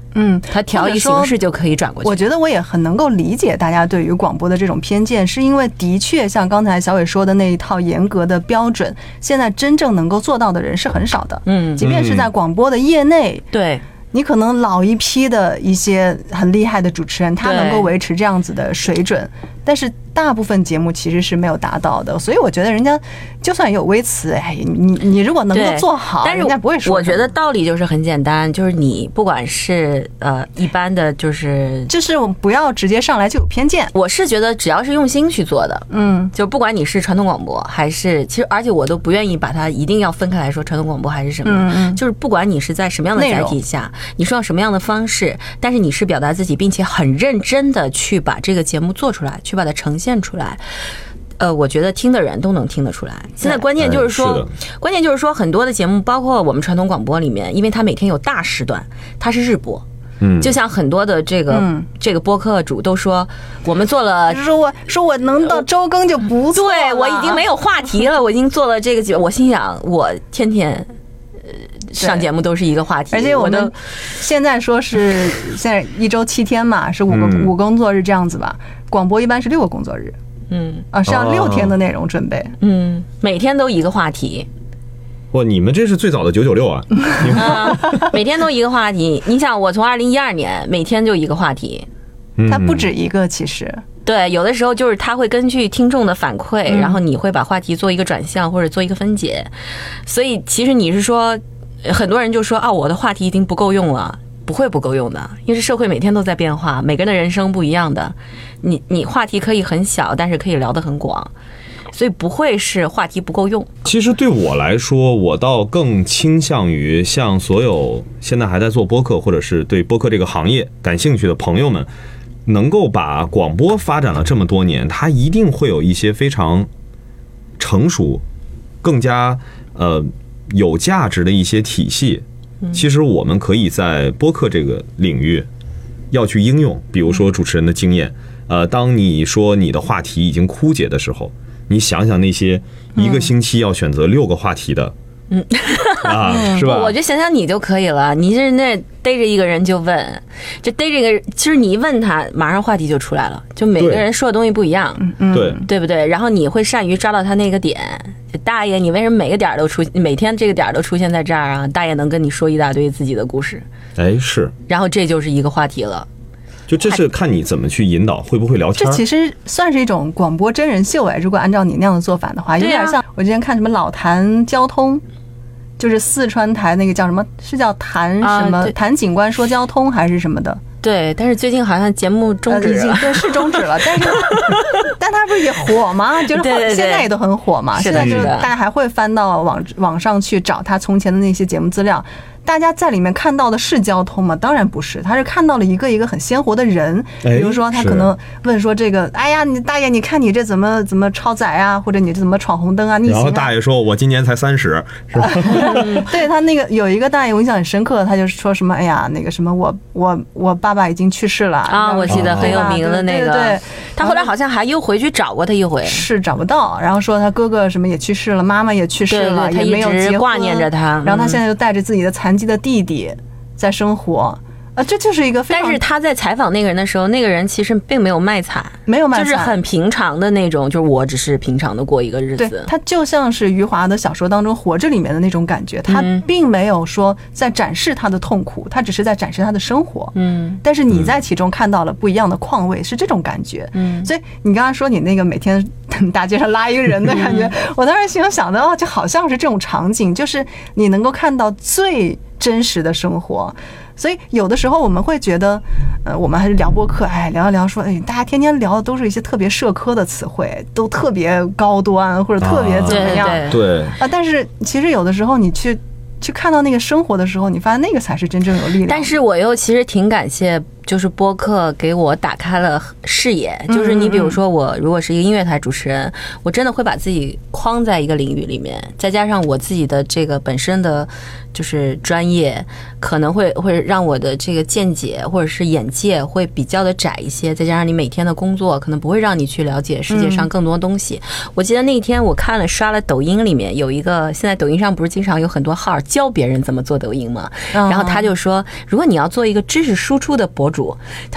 它调一形式就可以转过去。 我觉得我也很能够理解大家对于广播的这种偏见，是因为的确像刚才小伟说的那一套严格的标准，现在真正能够做到的人是很少的。即便是在广播的业内， 对。 你可能老一批的一些很厉害的主持人，他能够维持这样子的水准，但是大部分节目其实是没有达到的。所以我觉得人家就算有微词，哎，你如果能够做好， 但是人家不会说。 我觉得道理就是很简单，就是你不管是一般的，就是我们不要直接上来就有偏见。 我是觉得只要是用心去做的，就不管你是传统广播还是，其实而且我都不愿意把它一定要分开来说传统广播还是什么，就是不管你是在什么样的载体下，你是用什么样的方式，但是你是表达自己，并且很认真的去把这个节目做出来，去把它呈现出来。我觉得听的人都能听得出来。现在关键就是说，很多的节目，包括我们传统广播里面，因为它每天有大时段，它是日播。就像很多的这个播客主都说，我们做了， 说我能到周更就不错了。 对，我已经没有话题了，我已经做了这个，我心想，我天天上节目都是一是一个话题， 而且我们现在说是现在一周7天嘛，是5个工作日这样子吧。广播一般是6个工作日，是要6天的内容准备， 每天都一个话题。 哇，你们这是最早的996啊！ 每天都一个话题。你想，我从2012年每天就一个话题， 它不止一个，其实。 对，有的时候就是他会根据听众的反馈，然后你会把话题做一个转向或者做一个分解。所以其实你是说，很多人就说啊，我的话题已经不够用了。不会不够用的，因为社会每天都在变化，每个人的人生不一样的。你话题可以很小，但是可以聊得很广。所以不会是话题不够用。 其实对我来说，我倒更倾向于像所有现在还在做播客或者是对播客这个行业感兴趣的朋友们，能够把广播发展了这么多年，它一定会有一些非常成熟、更加有价值的一些体系。其实我们可以在播客这个领域要去应用，比如说主持人的经验。当你说你的话题已经枯竭的时候，你想想那些一个星期要选择6个话题的，是吧？ 我就想想你就可以了。你是那逮着一个人就问，就逮这个，其实你一问他，马上话题就出来了。就每个人说的东西不一样，对不对？然后你会善于抓到他那个点。大爷，你为什么每个点都每天这个点都出现在这儿啊？大爷能跟你说一大堆自己的故事， 是。 然后这就是一个话题了。 就这是看你怎么去引导，会不会聊天。 这其实算是一种广播真人秀如果按照你那样的做法的话，有点像我之前看什么老坛交通，就是四川台那个叫什么，是叫谭什么谭警官说交通还是什么的。 对，但是最近好像节目终止了， 对，是终止了，但他不是也火吗？就是现在也都很火嘛。现在就是大家还会翻到网上去找他从前的那些节目资料。大家在里面看到的是交通吗？当然不是，他是看到了一个很鲜活的人。比如说他可能问说这个，哎呀，你大爷，你看你这怎么超载啊，或者你这怎么闯红灯啊，逆行啊。 然后大爷说，我今年才30，是吧？ 对，他那个有一个大爷我印象很深刻，他就说什么，哎呀，那个什么我爸爸已经去世了啊， 我记得很有名的那个。 对， 他后来好像还又回去找过他一回， 是找不到。然后说他哥哥什么也去世了，妈妈也去世了，也没有结婚， 挂念着他。 然后他现在就带着自己的残疾的弟弟在生活。这就是一个非常， 但是他在采访那个人的时候，那个人其实并没有卖惨，就是很平常的那种，就是我只是平常的过一个日子。 对，他就像是余华的小说当中《活着》里面的那种感觉，他并没有说在展示他的痛苦，他只是在展示他的生活。但是你在其中看到了不一样的况味，是这种感觉。所以你刚刚说你那个每天大街上拉一个人的感觉，我当时心中想的就好像是这种场景，就是你能够看到最真实的生活。所以有的时候我们会觉得，我们还是聊播客，聊一聊说，大家天天聊的都是一些特别社科的词汇，都特别高端或者特别怎么样， 对但是其实有的时候你去看到那个生活的时候，你发现那个才是真正有力量。 但是我又其实挺感谢， 就是播客给我打开了视野，就是你比如说我如果是一个音乐台主持人，我真的会把自己框在一个领域里面，再加上我自己的这个本身的就是专业，可能会让我的这个见解或者是眼界会比较的窄一些，再加上你每天的工作可能不会让你去了解世界上更多东西。我记得那一天我刷了抖音里面有一个，现在抖音上不是经常有很多号教别人怎么做抖音吗？然后他就说，如果你要做一个知识输出的博主，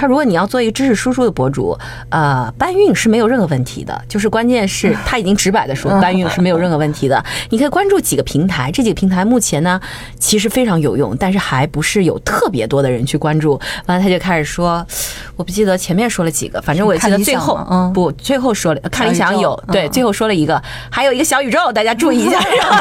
搬运是没有任何问题的，就是关键是他已经直白的说搬运是没有任何问题的。你可以关注几个平台，这几个平台目前呢其实非常有用，但是还不是有特别多的人去关注。完了他就开始说，我不记得前面说了几个，反正我记得最后说了看理想有，对，最后说了一个，还有一个小宇宙，大家注意一下。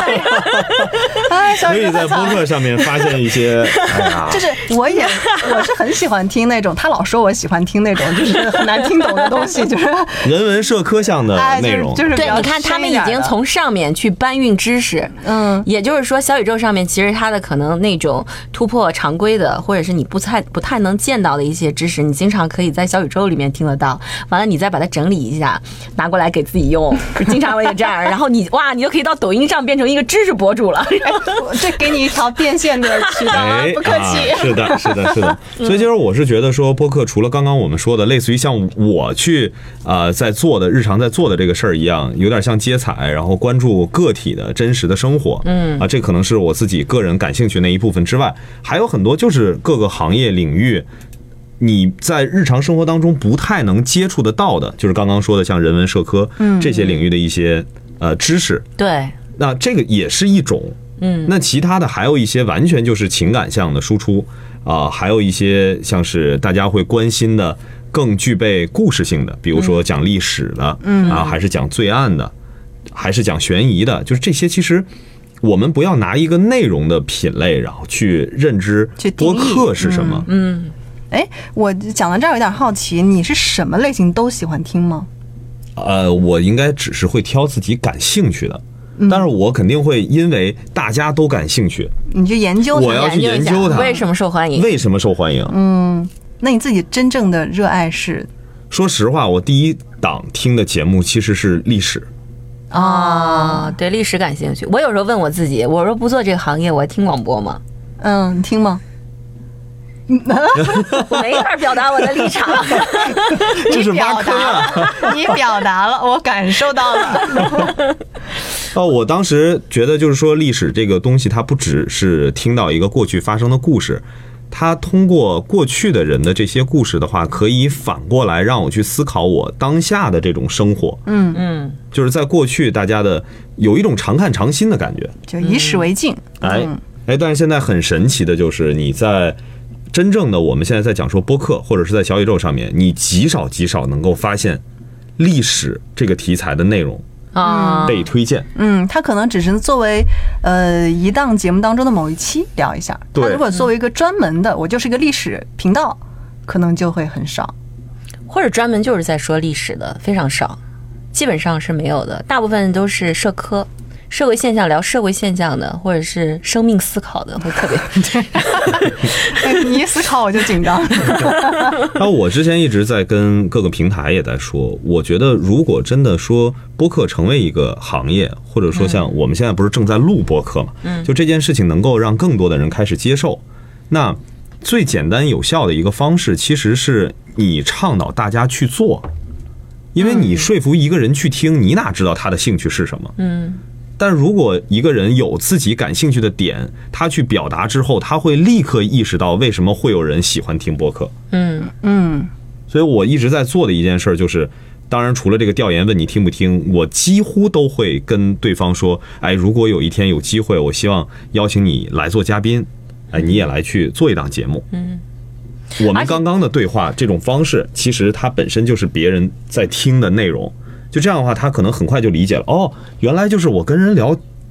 可以在播客上面发现一些， 就是我是很喜欢听那种，他老说我喜欢听那种就是很难听懂的东西，就是人文社科向的内容。 就是对，你看他们已经从上面去搬运知识，也就是说小宇宙上面其实它的可能那种突破常规的，或者是你不太能见到的一些知识，你经常可以在小宇宙里面听得到。完了你再把它整理一下，拿过来给自己用，经常我也这样。然后你就可以到抖音上变成一个知识博主了。 这给你一条变现的渠道，不客气。 是的。所以就是我是觉得说，播客除了刚刚我们说的类似于像我去日常在做的这个事儿一样，有点像接彩，然后关注个体的真实的生活，这可能是我自己个人感兴趣那一部分之外，还有很多就是各个行业领域你在日常生活当中不太能接触得到的，就是刚刚说的像人文社科这些领域的一些知识。 对， 那这个也是一种。那其他的还有一些完全就是情感向的输出还有一些像是大家会关心的更具备故事性的，比如说讲历史的还是讲罪案的，还是讲悬疑的，就是这些其实我们不要拿一个内容的品类然后去认知播客是什么。 我讲到这儿有点好奇，你是什么类型都喜欢听吗？ 我应该只是会挑自己感兴趣的，但是我肯定会因为大家都感兴趣， 你去研究它， 我要去研究它为什么受欢迎。 那你自己真正的热爱是？ 说实话，我第一档听的节目其实是历史。 对历史感兴趣。我有时候问我自己，我说不做这个行业，我还听广播吗？ 你听吗？ 我没法表达我的立场。 这是挖坑啊！ 你表达了，我感受到了。 我当时觉得就是说，历史这个东西，它不只是听到一个过去发生的故事，它通过过去的人的这些故事的话，可以反过来让我去思考我当下的这种生活。就是在过去大家的有一种常看常新的感觉， 就以史为镜。 但是现在很神奇的就是你在真正的我们现在在讲说播客或者是在小宇宙上面，你极少能够发现历史这个题材的内容被推荐。 它可能只是作为一档节目当中的某一期聊一下。它如果作为一个专门的，我就是一个历史频道，可能就会很少。 或者专门就是在说历史的非常少，基本上是没有的，大部分都是社科。社会现象聊社会现象的，或者是生命思考的，会特别。 你一思考我就紧张。 我之前一直在跟各个平台也在说，我觉得如果真的说播客成为一个行业，或者说像我们现在不是正在录播客嘛，就这件事情能够让更多的人开始接受，那最简单有效的一个方式，其实是你倡导大家去做，因为你说服一个人去听，你哪知道他的兴趣是什么？但如果一个人有自己感兴趣的点，他去表达之后，他会立刻意识到为什么会有人喜欢听播客。所以我一直在做的一件事就是，当然除了这个调研问你听不听，我几乎都会跟对方说，如果有一天有机会，我希望邀请你来做嘉宾，你也来去做一档节目。我们刚刚的对话这种方式，其实它本身就是别人在听的内容。就这样的话，他可能很快就理解了，原来就是我跟人聊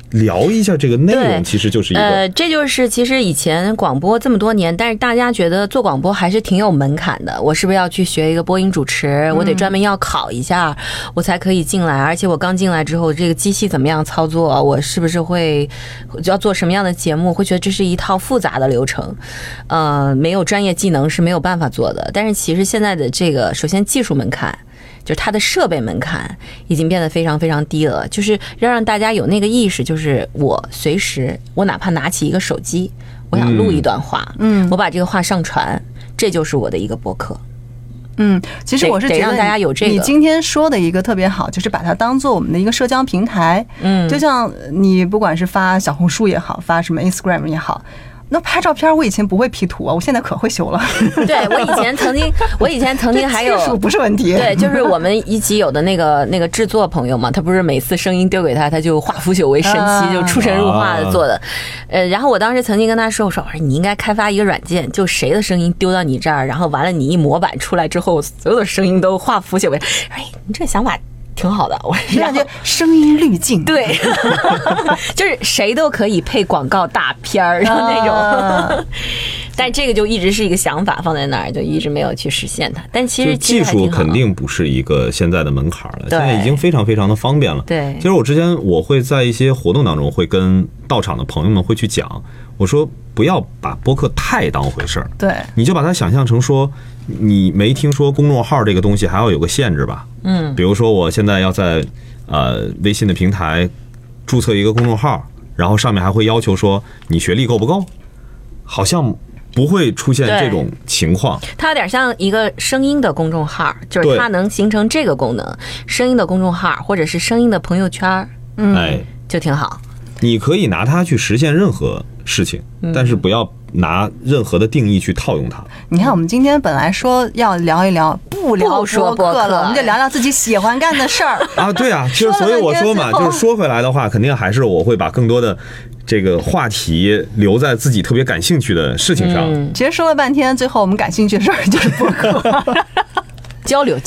聊一下这个内容，其实就是一个这就是其实以前广播这么多年，但是大家觉得做广播还是挺有门槛的。我是不是要去学一个播音主持？我得专门要考一下，我才可以进来。而且我刚进来之后，这个机器怎么样操作？我是不是会要做什么样的节目？会觉得这是一套复杂的流程，没有专业技能是没有办法做的。但是其实现在的这个，首先技术门槛。就是它的设备门槛已经变得非常非常低了，就是要让大家有那个意识，就是我随时，我哪怕拿起一个手机，我想录一段话，我把这个话上传，这就是我的一个播客。 其实我是觉得让大家有这个。 你今天说的一个特别好，就是把它当做我们的一个社交平台。就像你不管是发小红书也好，发什么 Instagram 也好。那拍照片，我以前不会 P 图啊，我现在可会修了。 对，我以前曾经还有技术不是问题。 对，就是我们一起有的那个制作朋友嘛，他不是每次声音丢给他就化腐朽为神奇，就出神入化的做的。然后我当时曾经跟他说，我说你应该开发一个软件，就谁的声音丢到你这儿，然后完了你一模板出来之后，所有的声音都化腐朽为，你这个想法挺好的，我感觉声音滤镜， 对，就是谁都可以配广告大片儿那种。但这个就一直是一个想法放在那儿，就一直没有去实现它。但其实技术肯定不是一个现在的门槛了，现在已经非常非常的方便了。 对， 其实我之前我会在一些活动当中会跟到场的朋友们会去讲，我说不要把播客太当回事儿， 对， 你就把它想象成说，你没听说公众号这个东西还要有个限制吧？比如说我现在要在微信的平台注册一个公众号，然后上面还会要求说你学历够不够，好像不会出现这种情况。 它有点像一个声音的公众号，就是它能形成这个功能，声音的公众号或者是声音的朋友圈，就挺好。 你可以拿它去实现任何事情，但是不要拿任何的定义去套用它。 你看，我们今天本来说要聊一聊，不聊播客了，我们就聊聊自己喜欢干的事儿啊。对啊，就所以我说嘛，就是说回来的话，肯定还是我会把更多的这个话题留在自己特别感兴趣的事情上。 其实说了半天，最后我们感兴趣的事儿就是播客。 交流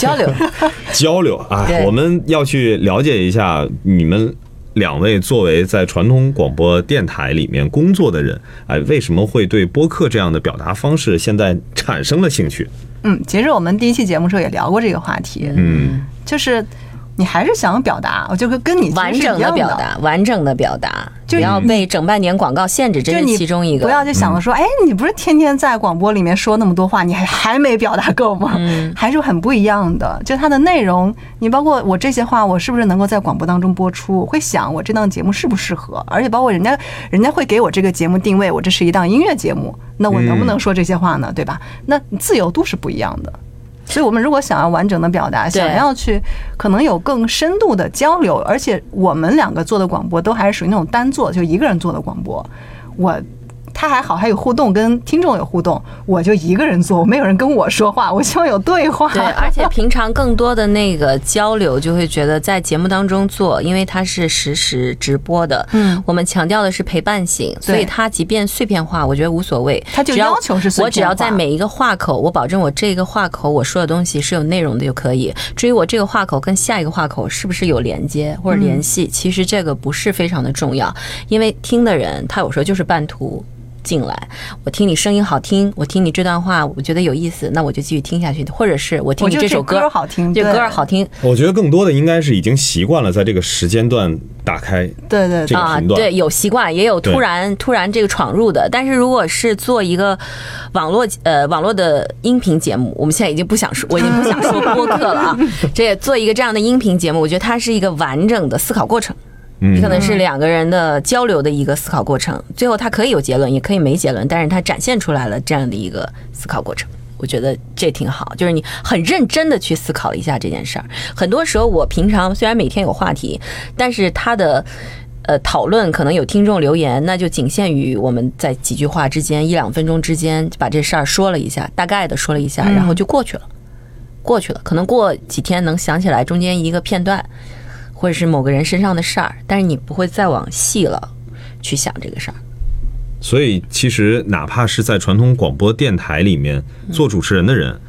啊！我们要去了解一下你们两位作为在传统广播电台里面工作的人，为什么会对播客这样的表达方式现在产生了兴趣？ 其实我们第一期节目时候也聊过这个话题，就是你还是想表达，我就跟你完整的表达，不要被整半年广告限制，这是其中一个。 不要就想着说，你不是天天在广播里面说那么多话，你还没表达够吗？还是很不一样的。就它的内容，你包括我这些话，我是不是能够在广播当中播出？我会想我这档节目适不适合，而且包括人家会给我这个节目定位，我这是一档音乐节目，那我能不能说这些话呢？对吧？那自由度是不一样的。所以我们如果想要完整的表达，想要去可能有更深度的交流，而且我们两个做的广播都还是属于那种单做，就一个人做的广播，他还好，还有互动，跟听众有互动。我就一个人做，我没有人跟我说话，我希望有对话。 对，而且平常更多的那个交流，就会觉得在节目当中做，因为它是实时直播的，我们强调的是陪伴性，所以它即便碎片化，我觉得无所谓。 它就要求是碎片化， 我只要在每一个话口，我保证我这个话口我说的东西是有内容的就可以。至于我这个话口跟下一个话口是不是有连接或者联系，其实这个不是非常的重要，因为听的人他有时候就是半途进来，我听你声音好听，我听你这段话我觉得有意思，那我就继续听下去，或者是我听你这首歌好听， 这歌好听。 我觉得更多的应该是已经习惯了在这个时间段打开， 对这个频段， 对，有习惯，也有突然这个闯入的。但是如果是做一个网络的音频节目，我们现在已经不想说，我已经不想说播客了啊。这也做一个这样的音频节目，我觉得它是一个完整的思考过程。你可能是两个人的交流的一个思考过程，最后它可以有结论，也可以没结论，但是它展现出来了这样的一个思考过程，我觉得这挺好，就是你很认真的去思考一下这件事儿。很多时候我平常虽然每天有话题，但是它的讨论可能有听众留言，那就仅限于我们在几句话之间1-2分钟之间把这事儿说了一下，大概的说了一下，然后就过去了，可能过几天能想起来中间一个片段或者是某个人身上的事儿，但是你不会再往细了去想这个事儿。所以其实哪怕是在传统广播电台里面做主持人的人，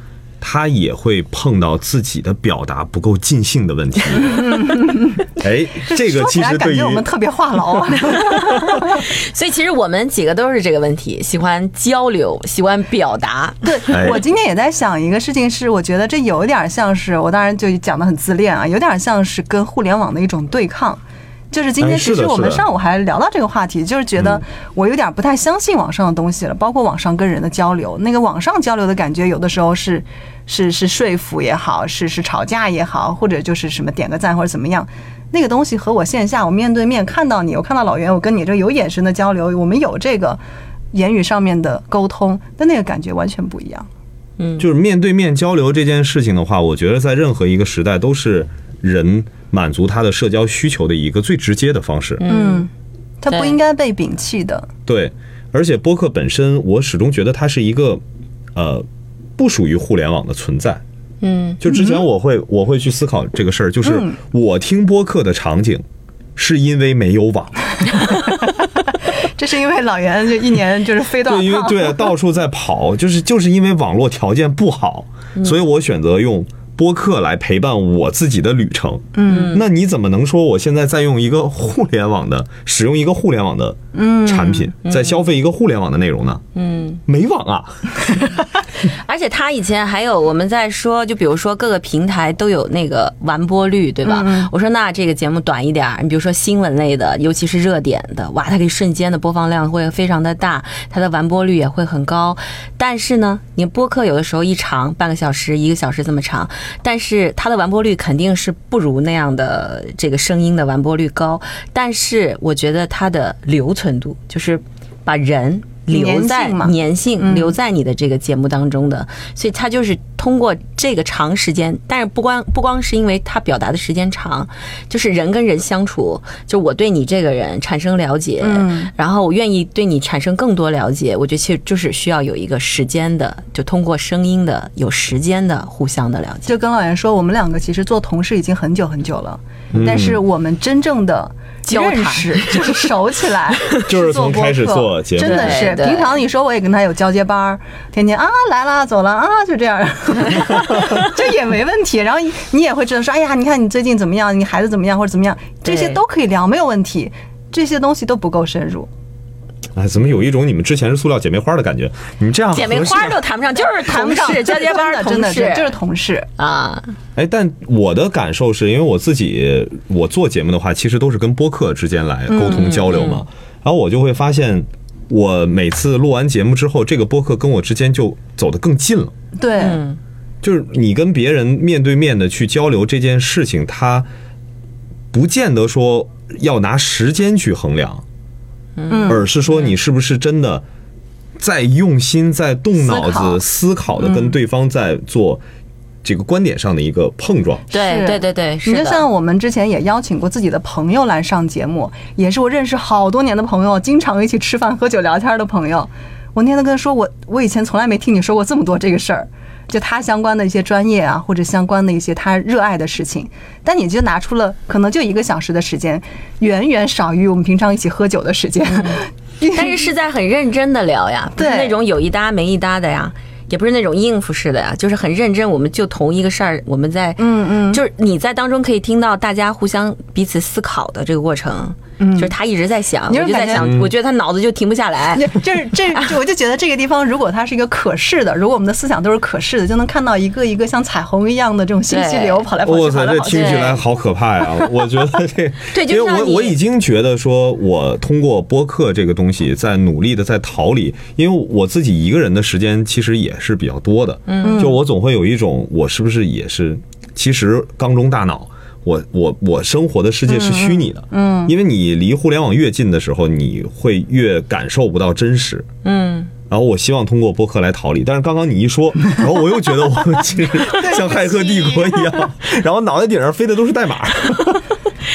他也会碰到自己的表达不够尽兴的问题。哎，这个其实对于感觉我们特别话痨啊。 所以其实我们几个都是这个问题，喜欢交流，喜欢表达。 对，我今天也在想一个事情，是我觉得这有点像是，我当然就讲得很自恋啊，有点像是跟互联网的一种对抗。就是今天其实我们上午还聊到这个话题，就是觉得我有点不太相信网上的东西了，包括网上跟人的交流，那个网上交流的感觉有的时候是说服也好，是吵架也好，或者就是什么点个赞或者怎么样，那个东西和我线下我面对面看到你，我看到老袁，我跟你这有眼神的交流，我们有这个言语上面的沟通，但那个感觉完全不一样。 就是面对面交流这件事情的话，我觉得在任何一个时代都是人满足他的社交需求的一个最直接的方式。 它不应该被摒弃的。 对，而且播客本身，我始终觉得它是一个不属于互联网的存在。就之前我会去思考这个事儿，就是我听播客的场景是因为没有网。 这是因为老袁就一年就是飞多少趟， 对，因为对到处在跑，就是因为网络条件不好，所以我选择用播客来陪伴我自己的旅程。那你怎么能说我现在在用一个互联网的使用一个互联网的产品，在消费一个互联网的内容呢？没网啊。 而且他以前还有我们在说，就比如说各个平台都有那个完播率，对吧？我说那这个节目短一点，你比如说新闻类的，尤其是热点的，哇，它可以瞬间的播放量会非常的大，它的完播率也会很高。但是呢，你播客有的时候一长半个小时、1个小时这么长，但是它的完播率肯定是不如那样的这个声音的完播率高。但是我觉得它的留存度，就是把人留在粘性留在你的这个节目当中的，所以他就是通过这个长时间，但是不光是因为他表达的时间长，就是人跟人相处，就我对你这个人产生了解，然后我愿意对你产生更多了解，我觉得其实就是需要有一个时间的，就通过声音的有时间的互相的了解。 就跟老袁说，我们两个其实做同事已经很久很久了，但是我们真正的认识就是熟起来， 就是从开始做节目， 真的是平常你说我也跟他有交接班，天天啊来了走了啊就这样，这也没问题。然后你也会知道说，哎呀，你看你最近怎么样，你孩子怎么样或者怎么样，这些都可以聊，没有问题。这些东西都不够深入。 哎，怎么有一种你们之前是塑料姐妹花的感觉？你们这样姐妹花都谈不上，就是同事，交接班真的就是同事啊。 哎，但我的感受是因为我做节目的话，其实都是跟播客之间来沟通交流嘛。然后我就会发现，我每次录完节目之后，这个播客跟我之间就走得更近了。 对， 就是你跟别人面对面的去交流这件事情，它不见得说要拿时间去衡量。而是说你是不是真的在用心在动脑子思考的跟对方在做这个观点上的一个碰撞。 对， 你就像我们之前也邀请过自己的朋友来上节目，也是我认识好多年的朋友，经常一起吃饭喝酒聊天的朋友。我那天跟他说，我以前从来没听你说过这么多这个事儿，就他相关的一些专业啊，或者相关的一些他热爱的事情，但你就拿出了可能就1个小时的时间，远远少于我们平常一起喝酒的时间。 但是在很认真的聊呀，不是那种有一搭没一搭的呀，也不是那种应付式的呀，就是很认真，我们就同一个事儿，我们在就是你在当中可以听到大家互相彼此思考的这个过程。就是他一直在想，我就在想，我觉得他脑子就停不下来。 我就觉得这个地方，如果它是一个可视的，如果我们的思想都是可视的，就能看到一个一个像彩虹一样的这种信息流跑来跑去。 哇塞，这听起来好可怕呀！我觉得对， 因为我已经觉得说，我通过播客这个东西在努力的在逃离，因为我自己一个人的时间其实也是比较多的。就我总会有一种，我是不是也是其实缸中大脑。我生活的世界是虚拟的，因为你离互联网越近的时候，你会越感受不到真实，然后我希望通过播客来逃离，但是刚刚你一说，然后我又觉得我其实像骇客帝国一样，然后脑袋顶上飞的都是代码。 哎，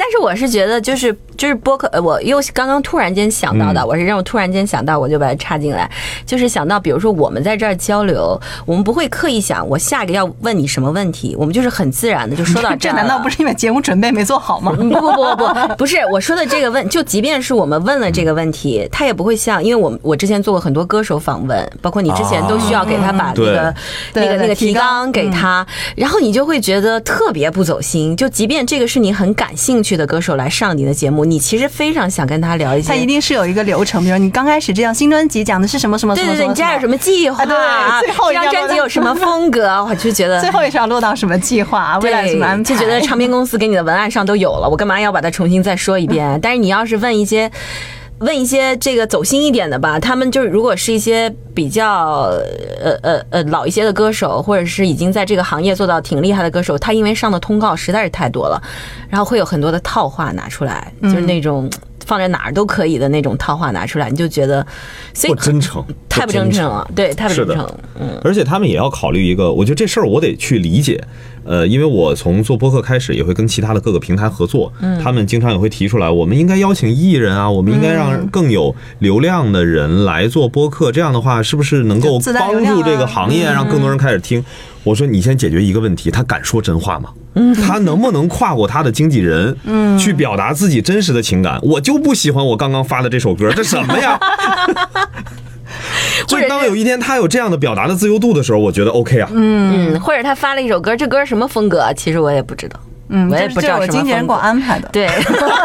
但是我是觉得就是播客，我又刚刚突然间想到的，我是让我突然间想到，我就把它插进来，就是想到比如说我们在这儿交流，我们不会刻意想我下一个要问你什么问题，我们就是很自然的就说到这难道不是因为节目准备没做好吗？ 不是，我说的这个就即便是我们问了这个问题，他也不会像，因为我之前做过很多歌手访问，包括你之前都需要给他把那个提纲给他，然后你就会觉得特别不走心。就即便这个是你很感兴趣的歌手来上你的节目，你其实非常想跟他聊一些， 他一定是有一个流程，比如你刚开始这样新专辑讲的是什么什么， 对对对，你家有什么计划？ 对，最后这张专辑有什么风格？我就觉得最后也是要落到什么计划，未来怎么安排？ 就觉得唱片公司给你的文案上都有了，我干嘛要把它重新再说一遍？但是你要是问一些这个走心一点的吧，他们就是如果是一些比较老一些的歌手，或者是已经在这个行业做到挺厉害的歌手，他因为上的通告实在是太多了，然后会有很多的套话拿出来，就是那种放在哪儿都可以的那种套话拿出来，你就觉得所以不真诚， 太不真诚了，对，太不真诚。 而且他们也要考虑一个，我觉得这事儿我得去理解。因为我从做播客开始，也会跟其他的各个平台合作，他们经常也会提出来，我们应该邀请艺人啊，我们应该让更有流量的人来做播客，这样的话是不是能够帮助这个行业，让更多人开始听？我说你先解决一个问题，他敢说真话吗？他能不能跨过他的经纪人，去表达自己真实的情感？我就不喜欢我刚刚发的这首歌，这什么呀？所以当有一天他有这样的表达的自由度的时候，我觉得 OK 啊。 或者他发了一首歌，这歌什么风格？其实我也不知道。我也不知道什么风格。 我经纪人给我安排的。 对。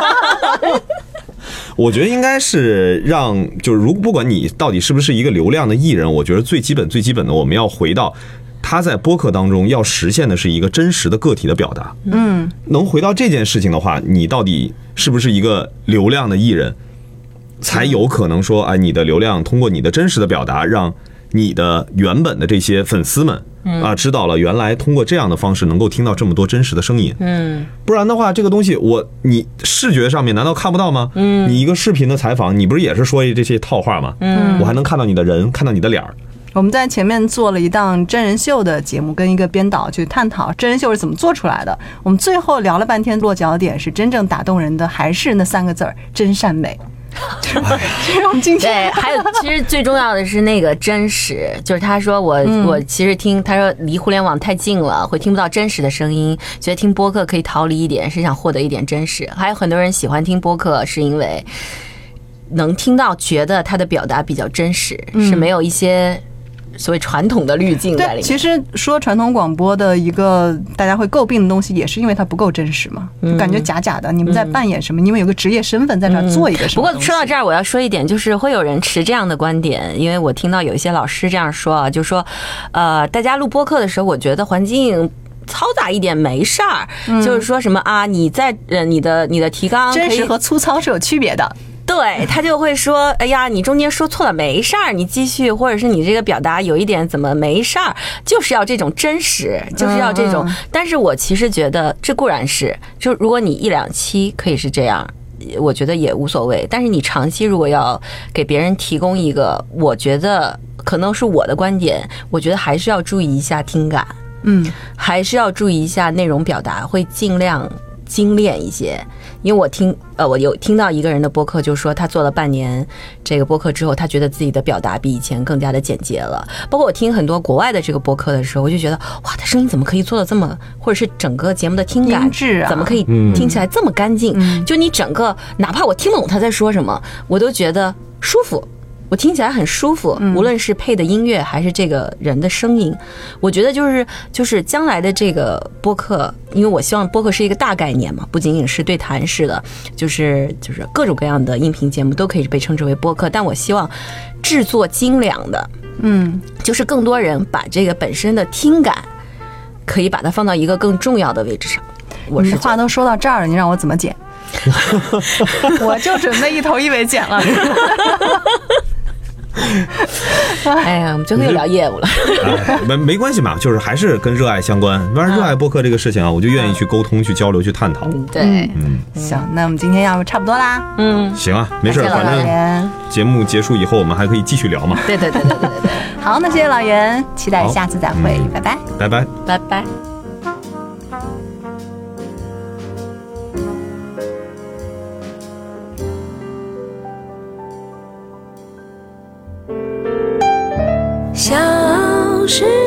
我觉得应该是就是不管你到底是不是一个流量的艺人，我觉得最基本的，我们要回到他在播客当中要实现的是一个真实的个体的表达。能回到这件事情的话，你到底是不是一个流量的艺人？才有可能说，你的流量通过你的真实的表达，让你的原本的这些粉丝们知道了原来通过这样的方式能够听到这么多真实的声音。不然的话，这个东西你视觉上面难道看不到吗？你一个视频的采访，你不是也是说这些套话吗？我还能看到你的人，看到你的脸儿。 我们在前面做了一档真人秀的节目，跟一个编导去探讨真人秀是怎么做出来的。我们最后聊了半天，落脚点是真正打动人的还是那3个字儿：真善美。就是我们今天对，还有其实最重要的是那个真实，就是他说我其实他说离互联网太近了，会听不到真实的声音，觉得听播客可以逃离一点，是想获得一点真实。还有很多人喜欢听播客，是因为能听到觉得他的表达比较真实，是没有一些所谓传统的滤镜在里面。 对，其实说传统广播的一个大家会诟病的东西，也是因为它不够真实嘛，感觉假假的。你们在扮演什么？你们有个职业身份在这儿做一个什么？ 不过说到这儿，我要说一点，就是会有人持这样的观点，因为我听到有一些老师这样说啊，就说大家录播客的时候，我觉得环境嘈杂一点没事儿，就是说什么啊，你在你的提纲真实和粗糙是有区别的。 对，他就会说，哎呀，你中间说错了没事儿，你继续，或者是你这个表达有一点怎么没事儿，就是要这种真实，就是要这种。但是我其实觉得这固然是，就如果你1、2期可以是这样，我觉得也无所谓。但是你长期如果要给别人提供一个，我觉得可能是我的观点，我觉得还是要注意一下听感，还是要注意一下内容表达，会尽量精炼一些。因为我有听到一个人的播客，就说他做了半年这个播客之后，他觉得自己的表达比以前更加的简洁了。包括我听很多国外的这个播客的时候，我就觉得哇，他声音怎么可以做的这么，或者是整个节目的听感怎么可以听起来这么干净？就你整个哪怕我听不懂他在说什么，我都觉得舒服。我听起来很舒服，无论是配的音乐还是这个人的声音，我觉得就是将来的这个播客，因为我希望播客是一个大概念嘛，不仅仅是对谈式的，就是各种各样的音频节目都可以被称之为播客，但我希望制作精良的，就是更多人把这个本身的听感可以把它放到一个更重要的位置上。我是话都说到这儿了，你让我怎么剪？我就准备一头一尾剪了。 哎呀，我们最后又聊业务了。 没关系嘛，就是还是跟热爱相关。反正热爱播客这个事情啊，我就愿意去沟通、去交流、去探讨。 对， 行，那我们今天要不差不多啦？ 行啊，没事，反正节目结束以后，我们还可以继续聊嘛。 对。 好，那谢谢老袁，期待下次再会，拜拜， 拜拜， 拜拜。 是